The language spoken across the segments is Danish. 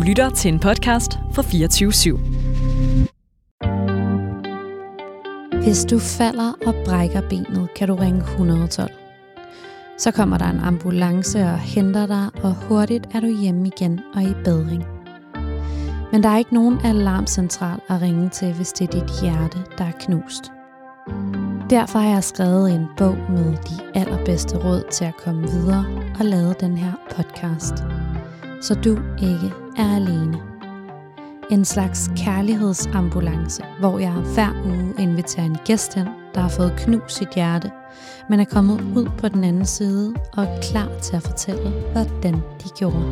lytter til en podcast fra 24/7. Hvis du falder og brækker benet, kan du ringe 112. Så kommer der en ambulance og henter dig, og hurtigt er du hjemme igen og i bedring. Men der er ikke nogen alarmcentral at ringe til, hvis det er dit hjerte, der er knust. Derfor har jeg skrevet en bog med de allerbedste råd til at komme videre og lavet den her podcast. Så du ikke er alene. En slags kærlighedsambulance, hvor jeg hver uge inviterer en gæst ind, der har fået knust sit hjerte, men er kommet ud på den anden side og er klar til at fortælle, hvordan de gjorde.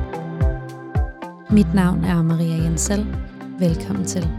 Mit navn er Maria Jensel. Velkommen til.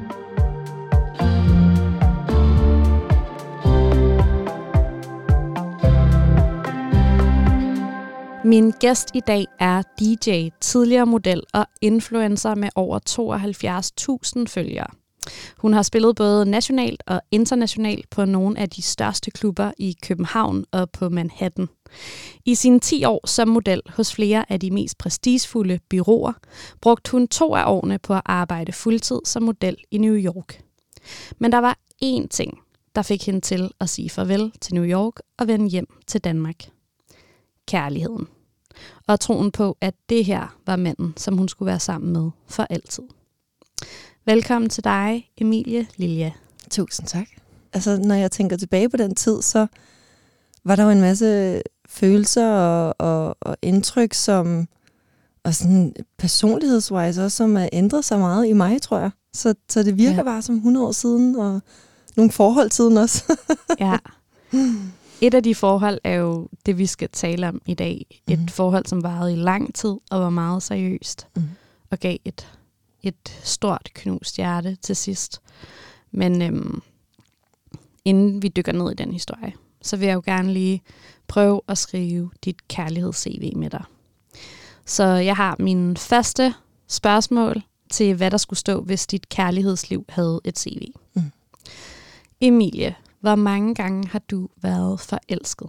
Min gæst i dag er DJ, tidligere model og influencer med over 72.000 følgere. Hun har spillet både nationalt og internationalt på nogle af de største klubber i København og på Manhattan. I sine 10 år som model hos flere af de mest prestigefulde bureauer, brugte hun 2 af årene på at arbejde fuldtid som model i New York. Men der var én ting, der fik hende til at sige farvel til New York og vende hjem til Danmark. Kærligheden. Og troen på, at det her var manden, som hun skulle være sammen med for altid. Velkommen til dig, Emilie Lilja. Tusind tak. Altså, når jeg tænker tilbage på den tid, så var der jo en masse følelser og indtryk, som, og sådan personlighedswise også, som er ændret sig meget i mig, tror jeg. Så det virker bare som 100 år siden, og nogle forhold siden også. Ja. Et af de forhold er jo det, vi skal tale om i dag. Et forhold, som varede i lang tid og var meget seriøst. Og gav et stort knust hjerte til sidst. Men inden vi dykker ned i den historie, så vil jeg jo gerne lige prøve at skrive dit kærligheds-CV med dig. Så jeg har min første spørgsmål til, hvad der skulle stå, hvis dit kærlighedsliv havde et CV. Emilie, hvor mange gange har du været forelsket?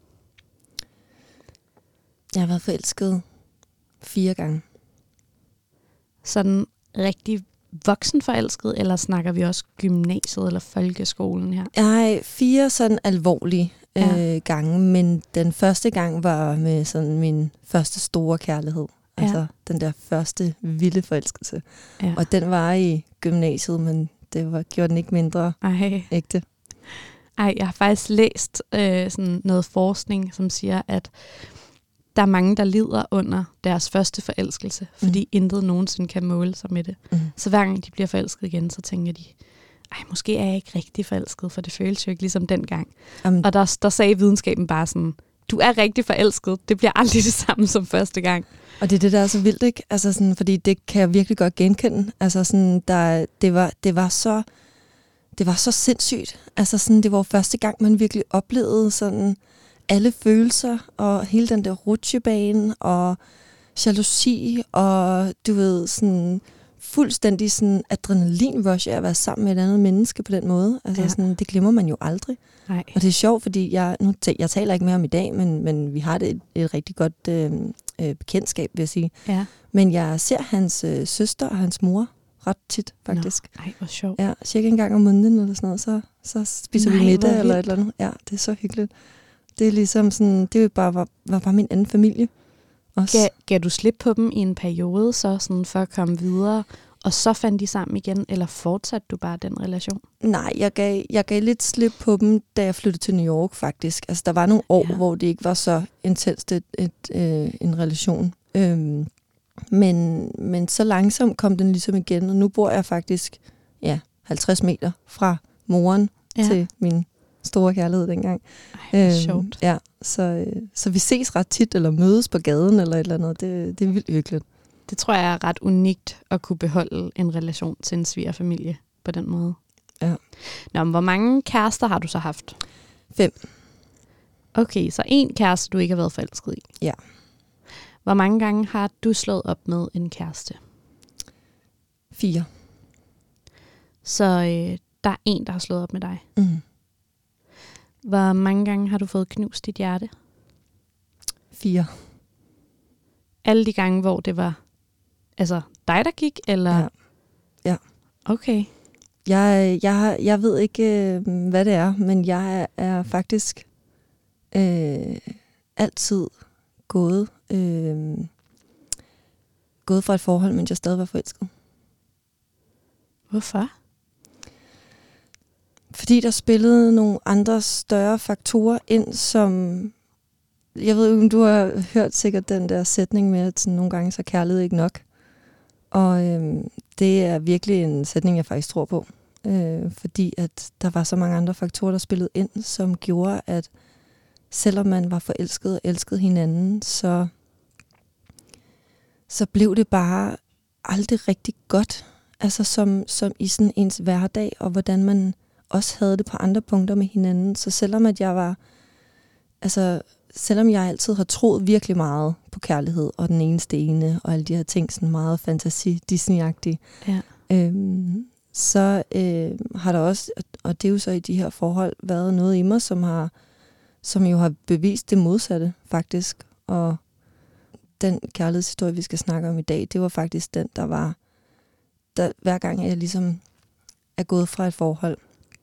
Jeg har været forelsket 4 gange. Sådan rigtig voksenforelsket, eller snakker vi også gymnasiet eller folkeskolen her? Jeg 4 sådan alvorlige gange, men den første gang var med sådan min første store kærlighed. Ja. Altså den der første vilde forelskelse. Ja. Og den var i gymnasiet, men gjorde den ikke mindre ægte. Ej, jeg har faktisk læst sådan noget forskning, som siger, at der er mange, der lider under deres første forelskelse, fordi intet nogensinde kan måle sig med det. Så hver gang de bliver forelsket igen, så tænker de, måske er jeg ikke rigtig forelsket, for det føles jo ikke ligesom dengang. Og der sagde videnskaben bare sådan, du er rigtig forelsket, det bliver aldrig det samme som første gang. Og det er det, der er så vildt, ikke? Altså sådan, fordi det kan jeg virkelig godt genkende. Altså sådan, det var så sindssygt. Altså sådan, det var første gang, man virkelig oplevede sådan alle følelser, og hele den der rutsjebane, og jalousi, og du ved, sådan fuldstændig sådan adrenalin-rush af at være sammen med et andet menneske på den måde. Altså sådan, det glemmer man jo aldrig. Nej. Og det er sjovt, fordi jeg taler ikke mere om i dag, men vi har et rigtig godt bekendtskab, vil jeg sige. Ja. Men jeg ser hans søster og hans mor ret tit, faktisk. Ej, hvor sjovt. Ja, cirka en gang om måneden eller sådan noget, så spiser vi middag eller et eller andet. Ja, det er så hyggeligt. Det er ligesom sådan, det var bare min anden familie. Gav du slip på dem i en periode, så sådan for at komme videre, og så fandt de sammen igen, eller fortsatte du bare den relation? Nej, jeg gav lidt slip på dem, da jeg flyttede til New York, faktisk. Altså, der var nogle år, hvor det ikke var så intenst en relation. Men så langsomt kom den ligesom igen, og nu bor jeg faktisk 50 meter fra moren til min store kærlighed dengang. Sjovt. Ja, så vi ses ret tit, eller mødes på gaden, eller et eller andet. Det er vildt hyggeligt. Det tror jeg er ret unikt at kunne beholde en relation til en svigerfamilie på den måde. Ja. Nå, men hvor mange kærester har du så haft? 5. Okay, så 1 kæreste, du ikke har været forelsket i? Ja. Hvor mange gange har du slået op med en kæreste? 4. Så der er 1, der har slået op med dig? Hvor mange gange har du fået knust dit hjerte? 4. Alle de gange, hvor det var altså dig, der gik, eller? Ja. Okay. Jeg ved ikke, hvad det er, men jeg er faktisk altid gået fra et forhold, mens jeg stadig var forelsket. Hvorfor? Fordi der spillede nogle andre større faktorer ind, som... Jeg ved ikke, om du har hørt sikkert den der sætning med, at sådan, nogle gange så er kærlighed ikke nok. Og det er virkelig en sætning, jeg faktisk tror på. Fordi at der var så mange andre faktorer, der spillede ind, som gjorde, at selvom man var forelsket og elskede hinanden, så blev det bare aldrig rigtig godt. Altså som i sådan ens hverdag, og hvordan man også havde det på andre punkter med hinanden. Så selvom jeg altid har troet virkelig meget på kærlighed, og den eneste ene, og alle de her ting, sådan meget fantasi-Disney-agtige, så har der også, og det er jo så i de her forhold, været noget i mig, som jo har bevist det modsatte, faktisk. Og den kærlighedshistorie, vi skal snakke om i dag, det var faktisk den, der hver gang jeg ligesom er gået fra et forhold,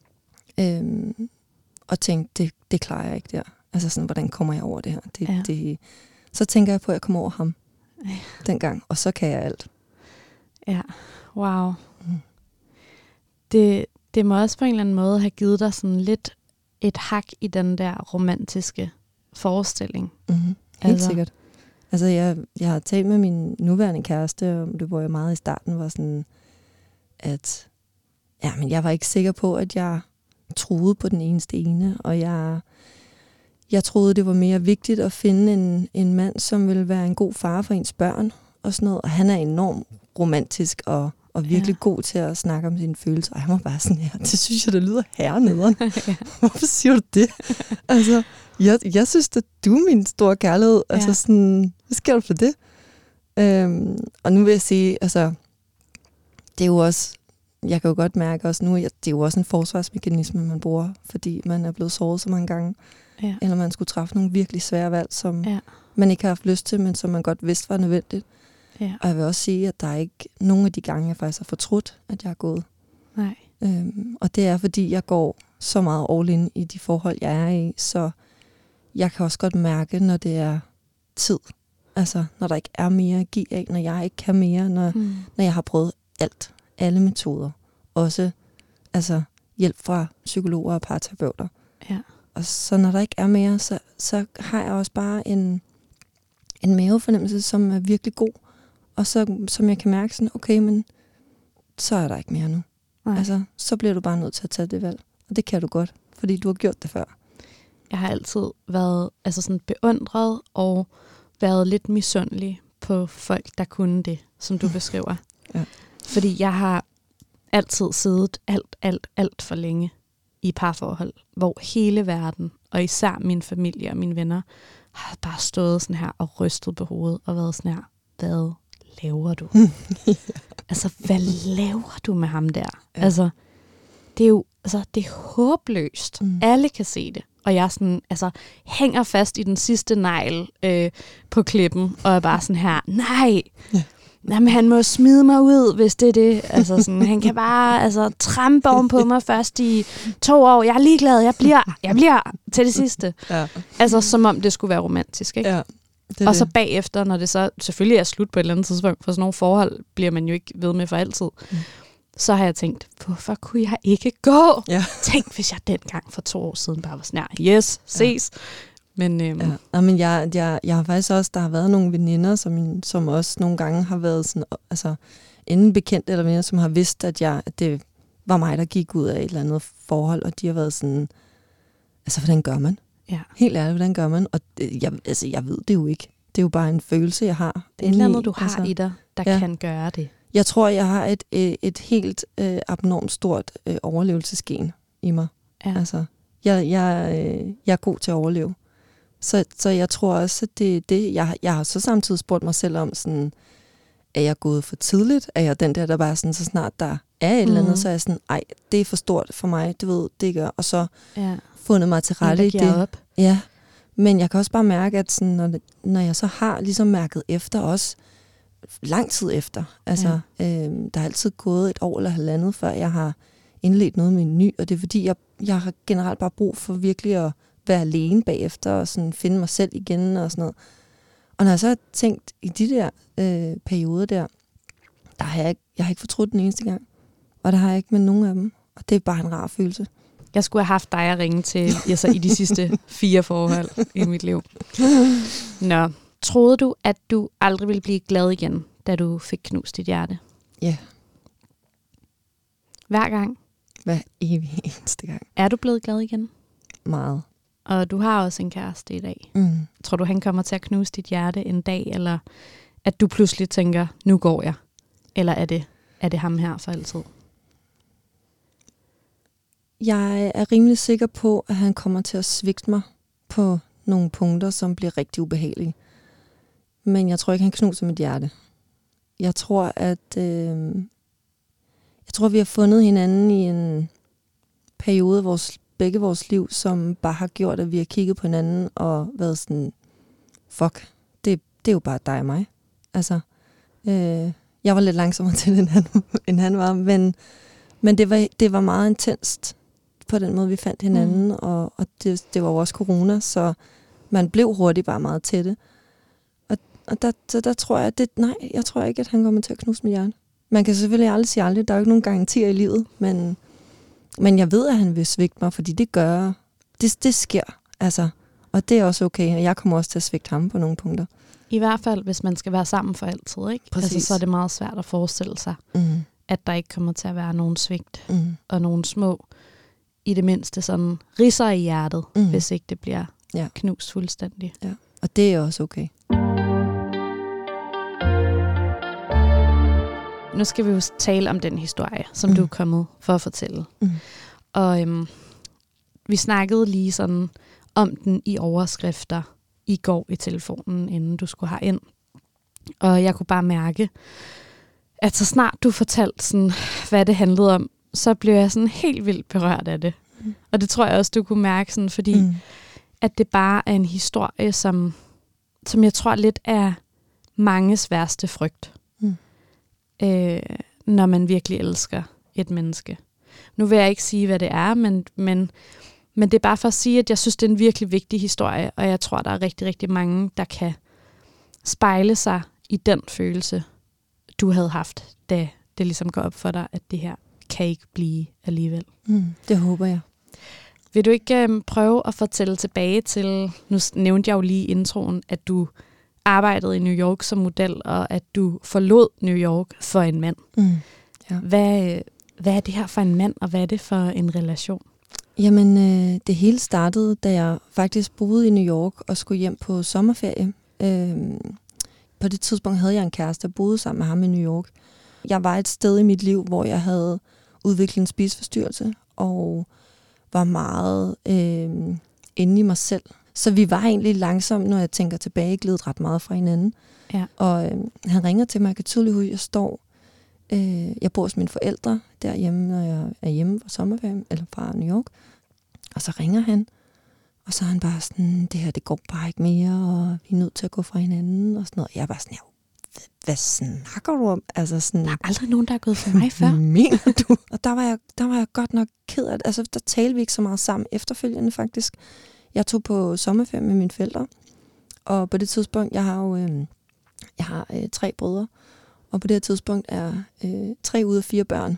og tænkte, det klarer jeg ikke der. Altså sådan, hvordan kommer jeg over det her? Så tænker jeg på, at jeg kommer over ham dengang, og så kan jeg alt. Ja, wow. Det må også på en eller anden måde have givet dig sådan lidt et hak i den der romantiske forestilling. Mm-hmm. Helt sikkert. Altså, jeg har talt med min nuværende kæreste, og det var jeg meget i starten, var sådan, at men jeg var ikke sikker på, at jeg troede på den eneste ene, og jeg troede, det var mere vigtigt at finde en mand, som ville være en god far for ens børn, og sådan noget. Og han er enormt romantisk, og virkelig god til at snakke om sine følelser. Og han var bare sådan, det synes jeg, der lyder herrenederen. Hvorfor siger du det? Altså, jeg synes, at du er min store kærlighed. Altså sådan, hvad sker der for det? Og nu vil jeg sige, altså, det er jo også, jeg kan jo godt mærke også nu, det er jo også en forsvarsmekanisme, man bruger, fordi man er blevet såret så mange gange. Ja. Eller man skulle træffe nogle virkelig svære valg, som man ikke har haft lyst til, men som man godt vidste var nødvendigt. Ja. Og jeg vil også sige, at der er ikke nogen af de gange, jeg faktisk har fortrudt, at jeg er gået. Nej. Og det er, fordi jeg går så meget all in i de forhold, jeg er i, så jeg kan også godt mærke, når det er tid. Altså, når der ikke er mere at give af, når jeg ikke kan mere, når jeg har prøvet alt, alle metoder. Også hjælp fra psykologer og parterapeuter. Ja. Og så når der ikke er mere, så har jeg også bare en mavefornemmelse, som er virkelig god. Og som jeg kan mærke sådan, okay, men så er der ikke mere nu. Nej. Altså, så bliver du bare nødt til at tage det valg. Og det kan du godt, fordi du har gjort det før. Jeg har altid været sådan beundret og været lidt misundelig på folk, der kunne det, som du beskriver. Ja. Fordi jeg har altid siddet alt for længe i parforhold, hvor hele verden, og især min familie og mine venner, har bare stået sådan her og rystet på hovedet og været sådan her, hvad laver du? Altså, hvad laver du med ham der? Ja. Altså, det er jo det er håbløst. Alle kan se det. Og jeg sådan, hænger fast i den sidste negl på klippen, og er bare sådan her, nej! Jamen, han må smide mig ud, hvis det er det. Altså, sådan, han kan bare trampe oven på mig først i 2 år. Jeg er ligeglad, jeg bliver til det sidste. Ja. Altså, som om det skulle være romantisk, ikke? Ja, og så bagefter, når det så selvfølgelig er slut på et eller andet tidspunkt, for sådan nogle forhold bliver man jo ikke ved med for altid, så har jeg tænkt, hvorfor kunne jeg ikke gå? Ja. Tænk, hvis jeg dengang for 2 år siden bare var sådan her, yes, ses. Ja. Men, men jeg har faktisk også, der har været nogle veninder, som også nogle gange har været sådan, enten bekendt eller venner, som har vidst, at det var mig, der gik ud af et eller andet forhold, og de har været sådan, hvordan gør man? Ja. Helt ærligt, hvordan gør man? Og jeg ved det jo ikke. Det er jo bare en følelse, jeg har. Det er et eller andet, du har i dig, der kan gøre det. Jeg tror, jeg har et helt abnormt stort overlevelsesgen i mig. Ja. Jeg er god til at overleve. Så jeg tror også, at det er det. Jeg har så samtidig spurgt mig selv om, sådan, er jeg gået for tidligt? Er jeg den der bare sådan, så snart der er et eller andet, så er jeg sådan, det er for stort for mig, det gør. Og så fundet mig til rette i det. Op. Ja, men jeg kan også bare mærke, at sådan, når jeg så har ligesom mærket efter også, lang tid efter. Altså, der er altid gået 1 år eller halvandet, før jeg har indledt noget med en ny, og det er fordi, jeg har generelt bare brug for virkelig at være alene bagefter, og sådan finde mig selv igen, og sådan noget. Og når jeg så har tænkt i de der perioder der har jeg har ikke fortrudt den eneste gang, og der har jeg ikke med nogen af dem, og det er bare en rar følelse. Jeg skulle have haft dig at ringe til i de sidste 4 forhold i mit liv. Nå. Troede du, at du aldrig ville blive glad igen, da du fik knust dit hjerte? Ja. Hver gang? Hver evig eneste gang. Er du blevet glad igen? Meget. Og du har også en kæreste i dag. Mm. Tror du, han kommer til at knuse dit hjerte en dag, eller at du pludselig tænker, nu går jeg? Eller er det ham her for altid? Jeg er rimelig sikker på, at han kommer til at svigte mig på nogle punkter, som bliver rigtig ubehagelige. Men jeg tror ikke, han knuser mit hjerte. Jeg tror, vi har fundet hinanden i en periode af begge vores liv, som bare har gjort, at vi har kigget på hinanden og været sådan, fuck, det er jo bare dig og mig. Altså, jeg var lidt langsommere til, end han var, men det var meget intenst på den måde, vi fandt hinanden, og det var jo også corona, så man blev hurtigt bare meget tætte. Og der tror jeg, jeg tror ikke, at han kommer til at knuse mit hjerte. Man kan selvfølgelig aldrig sige aldrig, der er jo ikke nogen garantier i livet, men jeg ved, at han vil svigte mig, fordi det sker, altså, og det er også okay, og jeg kommer også til at svigte ham på nogle punkter. I hvert fald, hvis man skal være sammen for altid, ikke? Præcis. Altså, så er det meget svært at forestille sig, at der ikke kommer til at være nogen svigt, og nogle små, i det mindste sådan ridser i hjertet, hvis ikke det bliver knust fuldstændig. Ja. Og det er også okay. Nu skal vi jo tale om den historie, som du er kommet for at fortælle. Og vi snakkede lige sådan om den i overskrifter i går i telefonen, inden du skulle herind. Og jeg kunne bare mærke, at så snart du fortalte sådan, hvad det handlede om, så blev jeg sådan helt vildt berørt af det. Og det tror jeg også, du kunne mærke, sådan, fordi at det bare er en historie, som jeg tror lidt er manges værste frygt. Når man virkelig elsker et menneske. Nu vil jeg ikke sige, hvad det er, men det er bare for at sige, at jeg synes, det er en virkelig vigtig historie, og jeg tror, der er rigtig, rigtig mange, der kan spejle sig i den følelse, du havde haft, da det ligesom går op for dig, at det her kan ikke blive alligevel. Det håber jeg. Vil du ikke prøve at fortælle tilbage til, nu nævnte jeg jo lige i introen, at du arbejdede i New York som model, og at du forlod New York for en mand. Ja. Hvad er det her for en mand, og hvad er det for en relation? Jamen, det hele startede, da jeg faktisk boede i New York og skulle hjem på sommerferie. På det tidspunkt havde jeg en kæreste og boede sammen med ham i New York. Jeg var et sted i mit liv, hvor jeg havde udviklet en spiseforstyrrelse, og var meget inde i mig selv. Så vi var egentlig langsomt, når jeg tænker tilbage, glædet ret meget fra hinanden. Ja. Og han ringer til mig, jeg kan tydeligt huske, jeg bor hos mine forældre derhjemme, når jeg er hjemme fra sommerferie, eller fra New York. Og så ringer han, og så er han bare sådan, det her, det går bare ikke mere, og vi er nødt til at gå fra hinanden, og sådan noget. Jeg er bare sådan, hvad snakker du om? Altså sådan, der er aldrig nogen, der er gået for mig før. Mener du? Og der var jeg godt nok ked af det. Altså, der talte vi ikke så meget sammen efterfølgende, faktisk. Jeg tog på sommerferie med mine forældre, og på det tidspunkt, jeg har 3 brødre, og på det her tidspunkt er 3 ud af 4 børn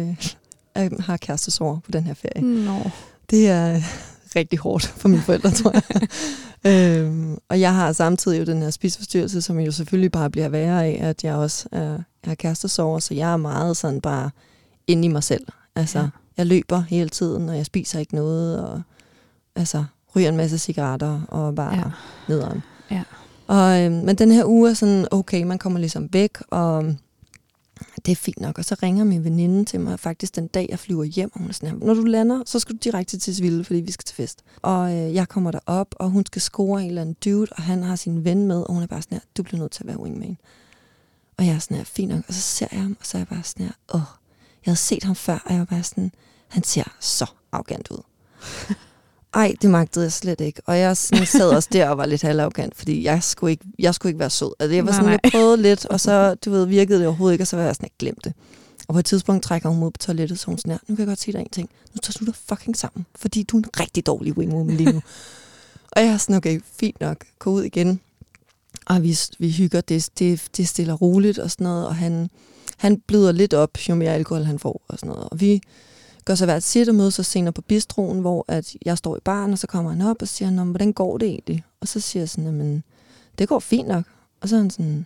har kærestesorger på den her ferie. No. Det er rigtig hårdt for mine forældre, tror jeg. Og jeg har samtidig jo den her spiseforstyrrelse, som jo selvfølgelig bare bliver værre af, at jeg også har kærestesorger, så jeg er meget sådan bare inde i mig selv. Altså, jeg løber hele tiden, og jeg spiser ikke noget, og altså ryger en masse cigaretter, og bare nederen. Ja. Men den her uge er sådan, okay, man kommer ligesom væk, og det er fint nok. Og så ringer min veninde til mig faktisk den dag, jeg flyver hjem, og hun er sådan her, når du lander, så skal du direkte til Tisvilde, fordi vi skal til fest. Og jeg kommer derop, og hun skal score en eller anden dude, og han har sin ven med, og hun er bare sådan her, du bliver nødt til at være wingman. Og jeg er sådan her, fint nok. Og så ser jeg ham, og så er jeg bare sådan her, jeg havde set ham før, og jeg var bare sådan, han ser så arrogant ud. Ej, det magtede jeg slet ikke. Og jeg sådan sad også der og var lidt halvarrogant, fordi jeg skulle ikke være sød. Altså, jeg var sådan, jeg prøvede lidt, og så, virkede det overhovedet ikke, og så var jeg sådan, jeg glemte det. Og på et tidspunkt trækker hun ud på toilettet, så hun sådan, nu kan jeg godt sige dig en ting. Nu tager du dig fucking sammen, fordi du er en rigtig dårlig wingwoman lige nu. Og jeg er sådan, okay, fint nok, gå ud igen. Og vi hygger, det stille og roligt og sådan noget, og han bløder lidt op, jo mere alkohol han får og sådan noget. Og vi gør så hvert sit og mødes så senere på bistroen, hvor at jeg står i baren, og så kommer han op og siger, hvordan går det egentlig? Og så siger jeg sådan, jamen, det går fint nok. Og så er han sådan,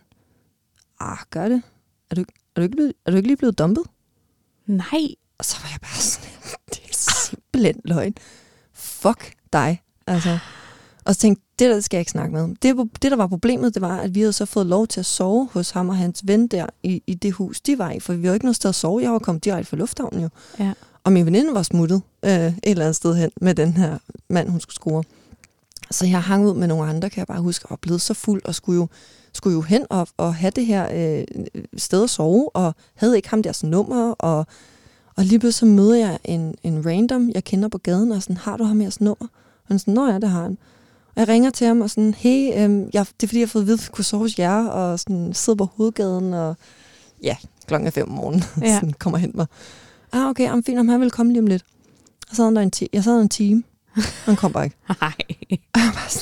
gør det? Er du ikke lige blevet dumpet? Nej. Og så var jeg bare sådan, det er simpelthen løgn. Fuck dig. Altså. Og så tænkte det der skal jeg ikke snakke med. Det, der var problemet, det var, at vi havde så fået lov til at sove hos ham og hans ven der i det hus, de var i. For vi var ikke noget sted at sove. Jeg var kommet direkte fra lufthavnen jo. Ja. Og min veninde var smuttet et eller andet sted hen med den her mand, hun skulle score. Så jeg hang ud med nogle andre, kan jeg bare huske, og blev så fuld og skulle jo hen og have det her sted at sove, og havde ikke ham deres nummer, og lige pludselig så møder jeg en random, jeg kender på gaden, og sådan, har du ham jeres nummer? Og han sådan, ja, det har han. Og jeg ringer til ham og sådan, hey, det er fordi, jeg har fået at vide, at jeg kunne sove hos jer, og sådan sidder på hovedgaden, og ja, 5:00 om morgenen, ja. Sådan, kommer hen mig. Okay, fint, han vil komme lige om lidt. Og så sad han der jeg sad en time, og han kom bare ikke. Og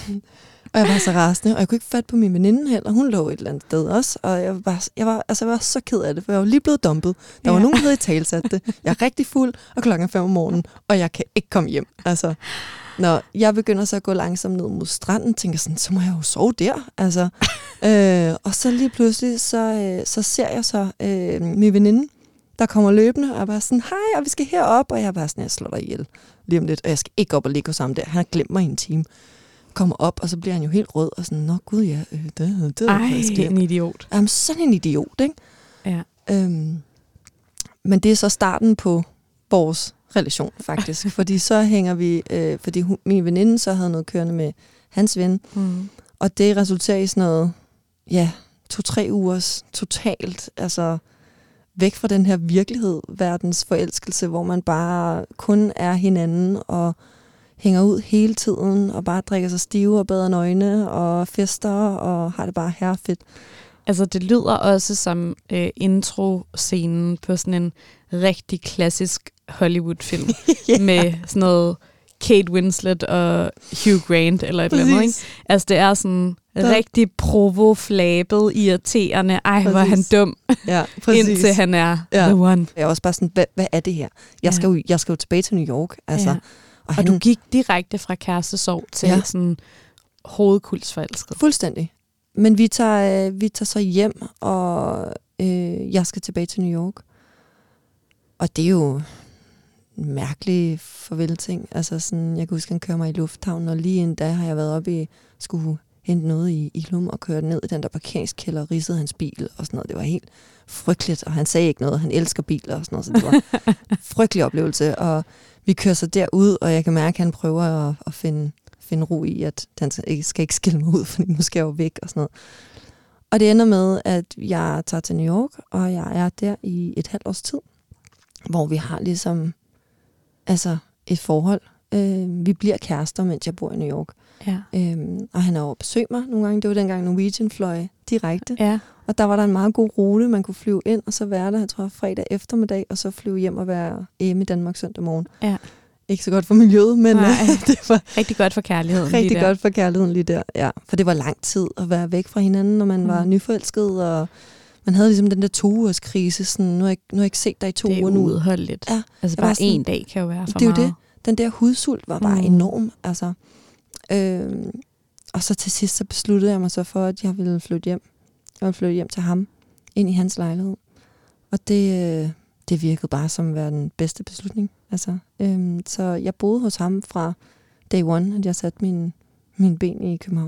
jeg var så rasende, og jeg kunne ikke fatte på min veninde heller. Hun lå et eller andet sted også, og jeg var så ked af det, for jeg var lige blevet dumpet. Der var nogen, der havde talsat det. Jeg er rigtig fuld, og 5:00 om morgenen, og jeg kan ikke komme hjem. Altså, når jeg begynder så at gå langsomt ned mod stranden, tænker sådan, så må jeg jo sove der. Altså, og så lige pludselig, så ser jeg så min veninde, der kommer løbende, og jeg bare sådan, hej, og vi skal herop, og jeg er bare sådan, jeg slår dig ihjel lige om lidt, og jeg skal ikke op og ligge hos ham der. Han har glemt mig i en time. Kommer op, og så bliver han jo helt rød, og sådan, nå gud ja, det er en idiot. Jamen, sådan en idiot, ikke? Ja. Men det er så starten på vores relation, faktisk. Fordi så hænger vi, fordi min veninde så havde noget kørende med hans ven, og det resulterer i sådan noget, 2-3 ugers totalt, altså væk fra den her virkelighed, verdens forelskelse, hvor man bare kun er hinanden, og hænger ud hele tiden, og bare drikker sig stive og bader nøgne, og fester, og har det bare herrefedt. Altså, det lyder også som intro-scenen på sådan en rigtig klassisk Hollywood-film, med sådan noget Kate Winslet og Hugh Grant, eller et eller andet, ikke? Altså, det er sådan rigtig provo-flabet, irriterende. Ej, hvor er han dum, indtil han er the one. Jeg er også bare sådan, hvad er det her? Jeg skal jo tilbage til New York, altså. Ja. Og du gik direkte fra kærestesorg til sådan hovedkulsforelsket. Fuldstændig. Men vi tager så hjem, og jeg skal tilbage til New York. Og det er jo en mærkelig farvel-ting. Altså sådan, jeg kan huske, han kører mig i lufthavnen, og lige en dag har jeg været oppe skulle hente noget i Ilum, og kørte ned i den der parkeringskælder, og ridsede hans bil, og sådan noget. Det var helt frygteligt, og han sagde ikke noget. Han elsker biler og sådan noget, så det var en frygtelig oplevelse. Og vi kører så derud, og jeg kan mærke, at han prøver at finde ro i, at han skal ikke skille mig ud, for nu skal jeg jo væk og sådan noget. Og det ender med, at jeg tager til New York, og jeg er der i et halvt års tid, hvor vi har ligesom et forhold. Vi bliver kærester, mens jeg bor i New York. Ja. Og han er over at besøge mig nogle gange. Det var dengang Norwegian fløj direkte. Ja. Og der var der en meget god rute, man kunne flyve ind, og så være der, jeg tror, fredag eftermiddag, og så flyve hjem og være hjemme i Danmark søndag morgen. Ja. Ikke så godt for miljøet, men det var rigtig godt for kærligheden. Rigtig godt for kærligheden lige der, ja. For det var lang tid at være væk fra hinanden, når man var nyforelsket, og man havde ligesom den der 2-ugers krise, sådan, nu har jeg ikke set dig i 2 uger nu. Det er uudholdeligt. Ja, altså bare sådan, en dag kan jo være for det er meget. Jo det. Den der hudsult var bare enorm, altså. Og så til sidst, så besluttede jeg mig så for, at jeg ville flytte hjem. Jeg ville flytte hjem til ham, ind i hans lejlighed. Og det virkede bare som at være den bedste beslutning. Altså, så jeg boede hos ham fra day one, at jeg satte mine ben i København.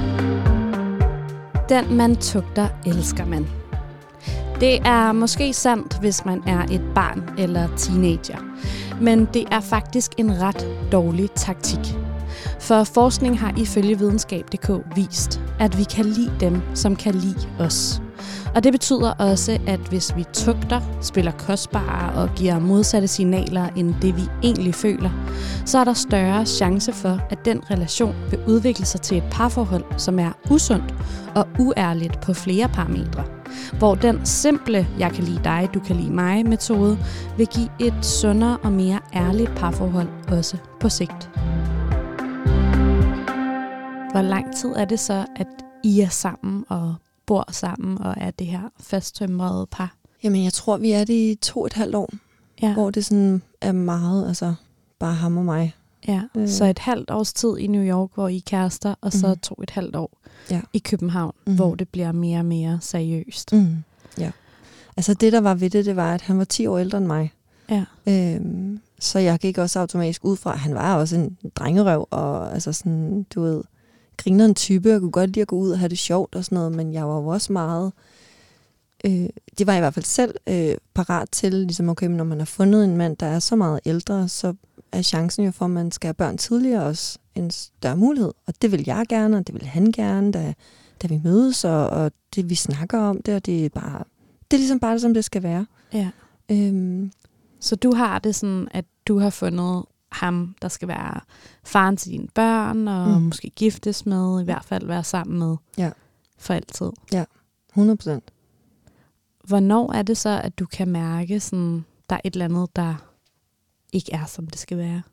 Den man tugter, elsker man. Det er måske sandt, hvis man er et barn eller teenager. Men det er faktisk en ret dårlig taktik. For forskning har ifølge videnskab.dk vist, at vi kan lide dem, som kan lide os. Og det betyder også, at hvis vi tugter, spiller kostbare og giver modsatte signaler end det, vi egentlig føler, så er der større chance for, at den relation vil udvikle sig til et parforhold, som er usundt og uærligt på flere parametre. Hvor den simple, jeg kan lide dig, du kan lide mig metode, vil give et sundere og mere ærligt parforhold også på sigt. Hvor lang tid er det så, at I er sammen og bor sammen og er det her fasttømrede par? Jamen, jeg tror, vi er det i 2,5 år, hvor det sådan er meget, altså bare ham og mig. Ja, så et halvt års tid i New York, hvor I er kærester, og så 2,5 år i København, hvor det bliver mere og mere seriøst. Ja. Altså det, der var ved det var, at han var 10 år ældre end mig. Ja. Så jeg gik også automatisk ud fra, at han var også en drengerøv, og altså sådan, du ved, griner en type, og kunne godt lide at gå ud og have det sjovt og sådan noget, men jeg var jo også meget, det var jeg i hvert fald selv parat til, ligesom okay, når man har fundet en mand, der er så meget ældre, så er chancen jo for, at man skal have børn tidligere også en større mulighed. Og det vil jeg gerne, og det vil han gerne, da vi mødes, og det vi snakker om det, og det er ligesom bare det, som det skal være. Ja. Så du har det sådan, at du har fundet ham, der skal være faren til dine børn, og måske giftes med, i hvert fald være sammen med for altid. Ja, 100%. Hvornår er det så, at du kan mærke, sådan, der er et eller andet, der ikke er, som det skal være?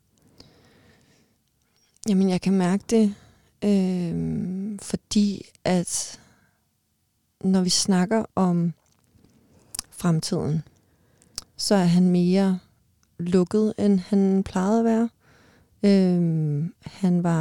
Jamen, jeg kan mærke det, fordi at når vi snakker om fremtiden, så er han mere lukket, end han plejede at være. Han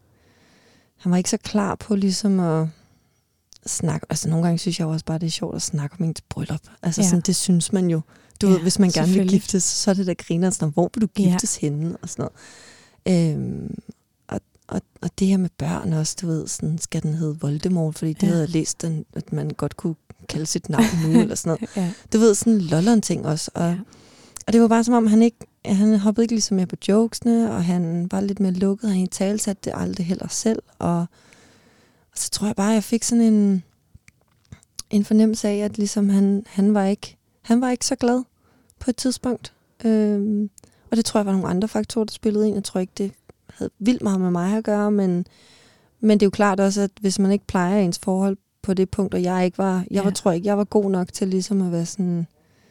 var ikke så klar på ligesom at snakke. Altså nogle gange synes jeg også bare, det er sjovt at snakke om ens bryllup. Altså sådan, det synes man jo. Du ved, hvis man gerne vil giftes, så er det der griner sådan, hvor vil du giftes henne? Og sådan noget. Og det her med børn også, du ved, sådan, skal den hedde Voldemort, fordi det havde jeg læst, at man godt kunne kalde sit navn nu, eller sådan noget. Du ved, sådan lolleren ting også. Og det var bare som om, han hoppede ikke ligesom med på jokesene, og han var lidt mere lukket, og han talsatte det aldrig heller selv. Og så tror jeg bare, jeg fik sådan en fornemmelse af, at ligesom han var ikke så glad på et tidspunkt. Og det tror jeg var nogle andre faktorer, der spillede ind. Jeg tror ikke, det havde vildt meget med mig at gøre, men det er jo klart også, at hvis man ikke plejer ens forhold på det punkt, og jeg tror ikke, jeg var god nok til ligesom at være sådan,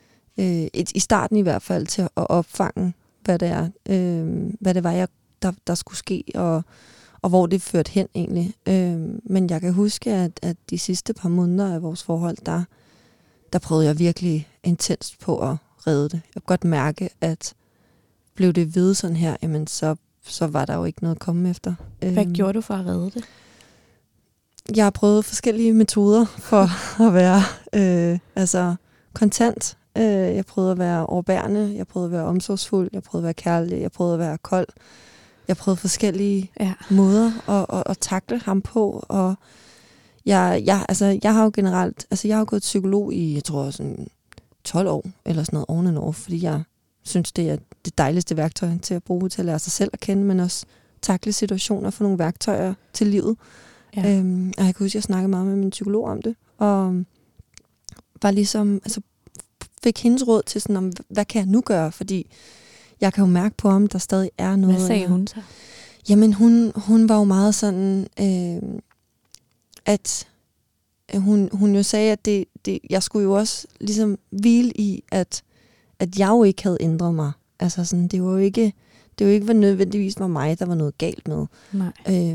i starten i hvert fald, til at opfange, hvad det var, der skulle ske, og hvor det førte hen egentlig. Men jeg kan huske, at de sidste par måneder af vores forhold, der prøvede jeg virkelig intenst på at redde det. Jeg kunne godt mærke, at blev det ved sådan her, jamen så var der jo ikke noget at komme efter. Hvad gjorde du for at redde det? Jeg har prøvet forskellige metoder for at være kontant. Jeg prøvede at være overbærende, jeg prøvede at være omsorgsfuld, jeg prøvede at være kærlig, jeg prøvede at være kold. Jeg prøvede forskellige måder at takle ham på, og jeg har jo generelt, jeg har gået psykolog i, jeg tror sådan 12 år, eller sådan noget oven and off, fordi jeg synes, det er det dejligste værktøj til at bruge, til at lære sig selv at kende, men også takle situationer, få nogle værktøjer til livet. Og jeg kan huske, at jeg snakkede meget med min psykolog om det, og var ligesom, fik hendes råd til sådan, om, hvad kan jeg nu gøre, fordi jeg kan jo mærke på ham, der stadig er noget. Hvad sagde hun så? Jamen, hun var jo meget sådan, at hun jo sagde, at jeg skulle jo også ligesom hvile i, at jeg jo ikke havde ændret mig. Altså sådan, det var jo ikke nødvendigvis var mig, der var noget galt med. Nej.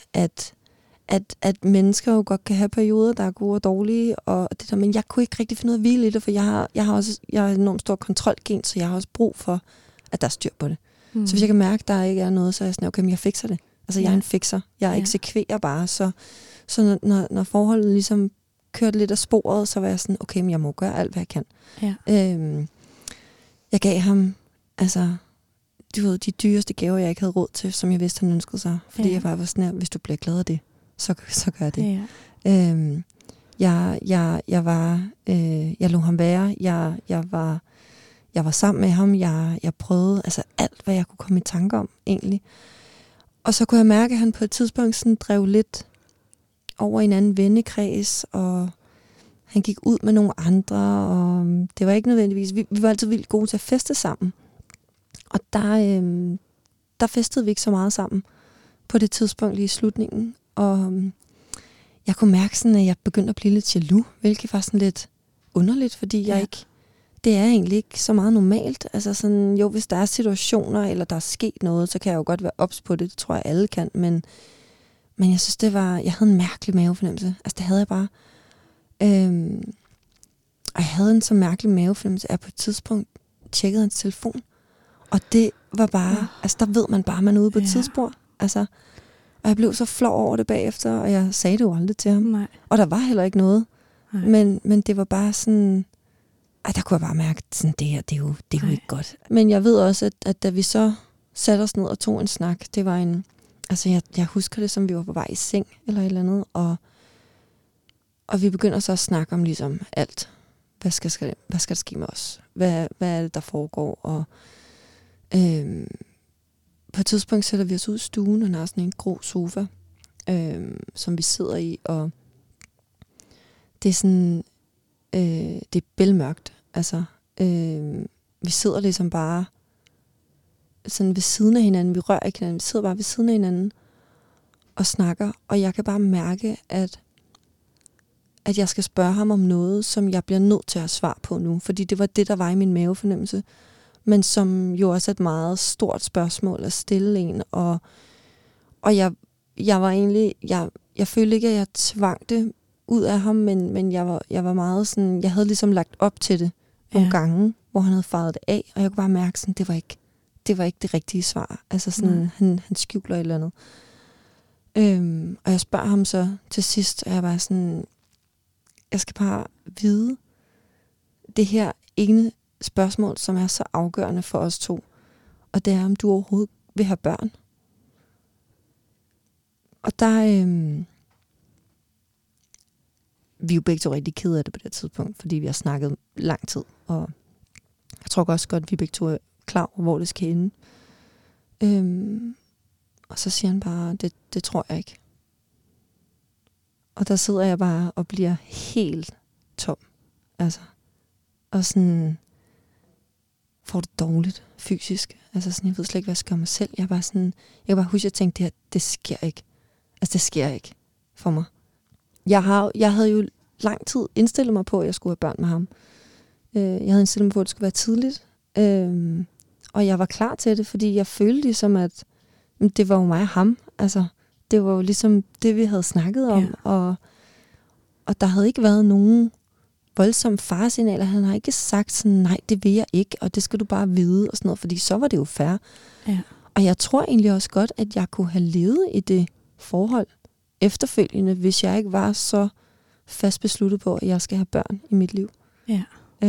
At mennesker jo godt kan have perioder, der er gode og dårlige, og det der, men jeg kunne ikke rigtig finde ud af at hvile i det, for jeg har enormt stor kontrolgen, så jeg har også brug for, at der er styr på det. Så hvis jeg kan mærke, at der ikke er noget, så er jeg sådan, okay, men jeg fikser det. Altså, jeg er en fikser. Jeg eksekverer bare, så når forholdet ligesom kørte lidt af sporet, så var jeg sådan, okay, men jeg må gøre alt, hvad jeg kan. Ja. Jeg gav ham, du ved, de dyreste gaver, jeg ikke havde råd til, som jeg vidste, han ønskede sig. Fordi jeg bare var sådan her, hvis du bliver glad af det, så gør jeg det. Ja. Jeg lod ham være. Jeg var sammen med ham. Jeg prøvede alt, hvad jeg kunne komme i tanke om, egentlig. Og så kunne jeg mærke, at han på et tidspunkt sådan drev lidt over en anden vennekreds, og han gik ud med nogle andre, og det var ikke nødvendigvis... Vi var altid vildt gode til at feste sammen. Og der festede vi ikke så meget sammen på det tidspunkt lige i slutningen. Og jeg kunne mærke sådan, at jeg begyndte at blive lidt jaloux, hvilket var sådan lidt underligt, fordi jeg ikke... Det er egentlig ikke så meget normalt. Altså sådan, jo, hvis der er situationer, eller der er sket noget, så kan jeg jo godt være ops på det. Det tror jeg, alle kan. Men jeg synes, jeg havde en mærkelig mavefornemmelse. Altså, det havde jeg bare. Og jeg havde en så mærkelig mavefornemmelse, at jeg på et tidspunkt tjekkede hans telefon. Og det var bare... Altså, der ved man bare, at man er ude på et tidsspor. Altså, og jeg blev så flov over det bagefter, og jeg sagde det jo aldrig til ham. Nej. Og der var heller ikke noget. Men det var bare sådan... der kunne jeg bare mærke, sådan, det her, det er jo ikke godt. Men jeg ved også, at da vi så satte os ned og tog en snak, det var en... Altså, jeg husker det, som vi var på vej i seng, eller et eller andet, og vi begynder så at snakke om ligesom alt. Hvad skal der ske med os? Hvad er det, der foregår? Og på et tidspunkt sætter vi os ud i stuen, og der er sådan en grå sofa, som vi sidder i, og det er sådan... det er bælmørkt. Altså, vi sidder ligesom bare sådan ved siden af hinanden. Vi rører ikke hinanden. Vi sidder bare ved siden af hinanden og snakker. Og jeg kan bare mærke, at jeg skal spørge ham om noget, som jeg bliver nødt til at have svar på nu. Fordi det var det, der var i min mavefornemmelse. Men som jo også er et meget stort spørgsmål at stille en. Og jeg var egentlig... Jeg følte ikke, at jeg tvang det ud af ham, men jeg var meget sådan, jeg havde ligesom lagt op til det nogle gange, hvor han havde faret det af, og jeg kunne bare mærke sådan, det var ikke det rigtige svar. Altså sådan, han skjuler et eller andet. Og jeg spørger ham så til sidst, og jeg var sådan, jeg skal bare vide det her ene spørgsmål, som er så afgørende for os to, og det er, om du overhovedet vil have børn. Og der... vi er jo begge to rigtig kede af det på det tidspunkt, fordi vi har snakket lang tid, og jeg tror også godt, at vi begge to er klar over, hvor det skal ende. Og så siger han bare, det tror jeg ikke. Og der sidder jeg bare og bliver helt tom. Altså, og sådan får det dårligt fysisk. Altså sådan, jeg ved slet ikke, hvad jeg skal gøre mig selv. Jeg kan bare huske, at jeg tænkte, det sker ikke. Altså, det sker ikke for mig. Jeg havde jo lang tid indstillet mig på, at jeg skulle have børn med ham. Jeg havde indstillet mig på, at det skulle være tidligt. Og jeg var klar til det, fordi jeg følte ligesom, at det var jo mig og ham. Altså, det var jo ligesom det, vi havde snakket om. Ja. Og der havde ikke været nogen voldsomme faresignaler. Han har ikke sagt sådan, nej, det vil jeg ikke, og det skal du bare vide, og sådan noget, fordi så var det jo fair. Ja. Og jeg tror egentlig også godt, at jeg kunne have levet i det forhold efterfølgende, hvis jeg ikke var så fast besluttet på, at jeg skal have børn i mit liv. Ja.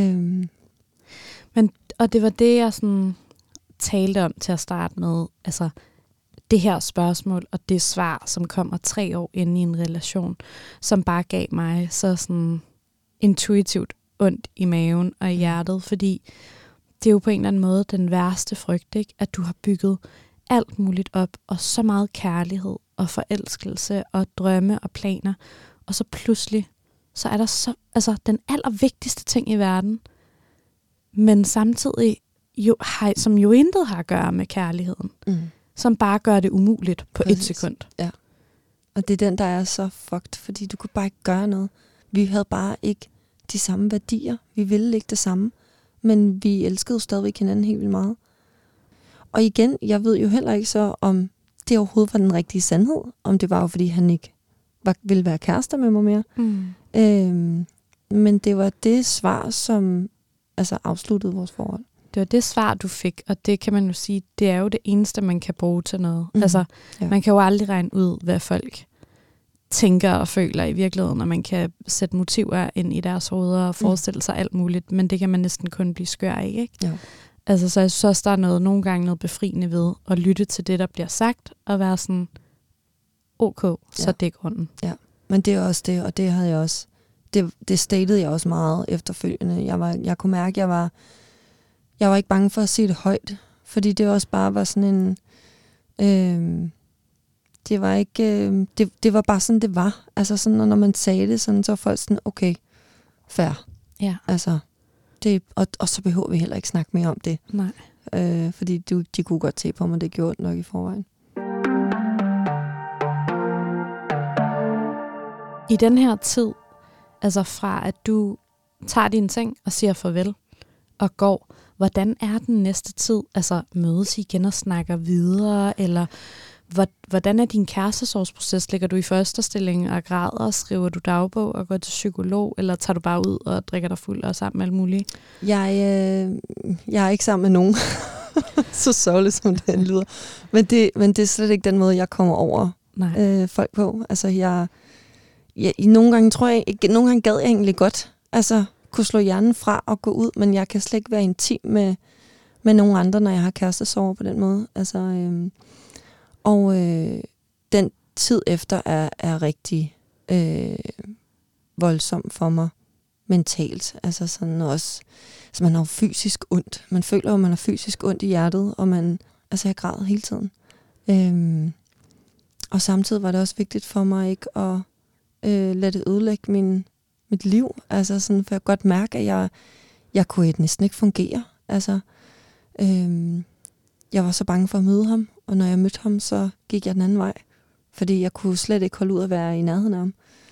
Og det var det, jeg sådan talte om til at starte med. Altså, det her spørgsmål og det svar, som kommer 3 år inde i en relation, som bare gav mig så sådan intuitivt ondt i maven og i hjertet, fordi det er jo på en eller anden måde den værste frygt, ikke? At du har bygget alt muligt op, og så meget kærlighed og forelskelse og drømme og planer, og så pludselig, så er der så, altså den allervigtigste ting i verden, men samtidig som jo intet har at gøre med kærligheden, som bare gør det umuligt på et sekund. Ja. Og det er den, der er så fucked, fordi du kunne bare ikke gøre noget. Vi havde bare ikke de samme værdier. Vi ville ikke det samme, men vi elskede stadigvæk hinanden helt vildt meget. Og igen, jeg ved jo heller ikke så, om det overhovedet var den rigtige sandhed, om det var jo, fordi han ikke ville være kærester med mig mere. Men det var det svar, som altså afsluttede vores forhold. Det var det svar, du fik, og det kan man jo sige, det er jo det eneste, man kan bruge til noget. Altså, man kan jo aldrig regne ud, hvad folk tænker og føler i virkeligheden, og man kan sætte motiver ind i deres hoveder og forestille sig alt muligt, men det kan man næsten kun blive skør af, ikke? Jo. Altså, så jeg synes også, der er nogle gange noget befriende ved at lytte til det, der bliver sagt, og være sådan, okay, så det er grunden. Ja, men det er også det, og det havde jeg også, det statede jeg også meget efterfølgende. Jeg kunne mærke, jeg var ikke bange for at sige det højt, fordi det også bare var sådan en, det var bare sådan, det var. Altså sådan, når man sagde det, sådan, så var folk sådan, okay, fair. Ja. Altså, og så behøver vi heller ikke snakke mere om det. Nej. Fordi de kunne godt se på mig, det gjorde nok i forvejen. I den her tid, altså fra at du tager din ting og siger farvel og går, hvordan er den næste tid? Altså mødes I igen og snakker videre, eller hvordan er din kærestesorgsproces? Ligger du i førsterstilling og græder, skriver du dagbog og går til psykolog, eller tager du bare ud og drikker dig fuld og sammen med alle mulige? Jeg er ikke sammen med nogen. Så sørgeligt som det lyder. Men det er slet ikke den måde, jeg kommer over folk på. Altså nogle gange gad jeg egentlig godt, altså kunne slå hjernen fra og gå ud, men jeg kan slet ikke være intim med nogen andre, når jeg har kærestesorger på den måde. Altså, den tid efter er rigtig voldsom for mig mentalt. Altså sådan også, så man har jo fysisk ondt. Man føler jo, man har fysisk ondt i hjertet, og jeg græd hele tiden. Og samtidig var det også vigtigt for mig ikke at lade det ødelægge mit liv. Altså sådan, for jeg kunne godt mærke, at jeg kunne næsten ikke fungere. Altså, jeg var så bange for at møde ham, og når jeg mødte ham, så gik jeg den anden vej. Fordi jeg kunne slet ikke holde ud at være i nærheden af ham.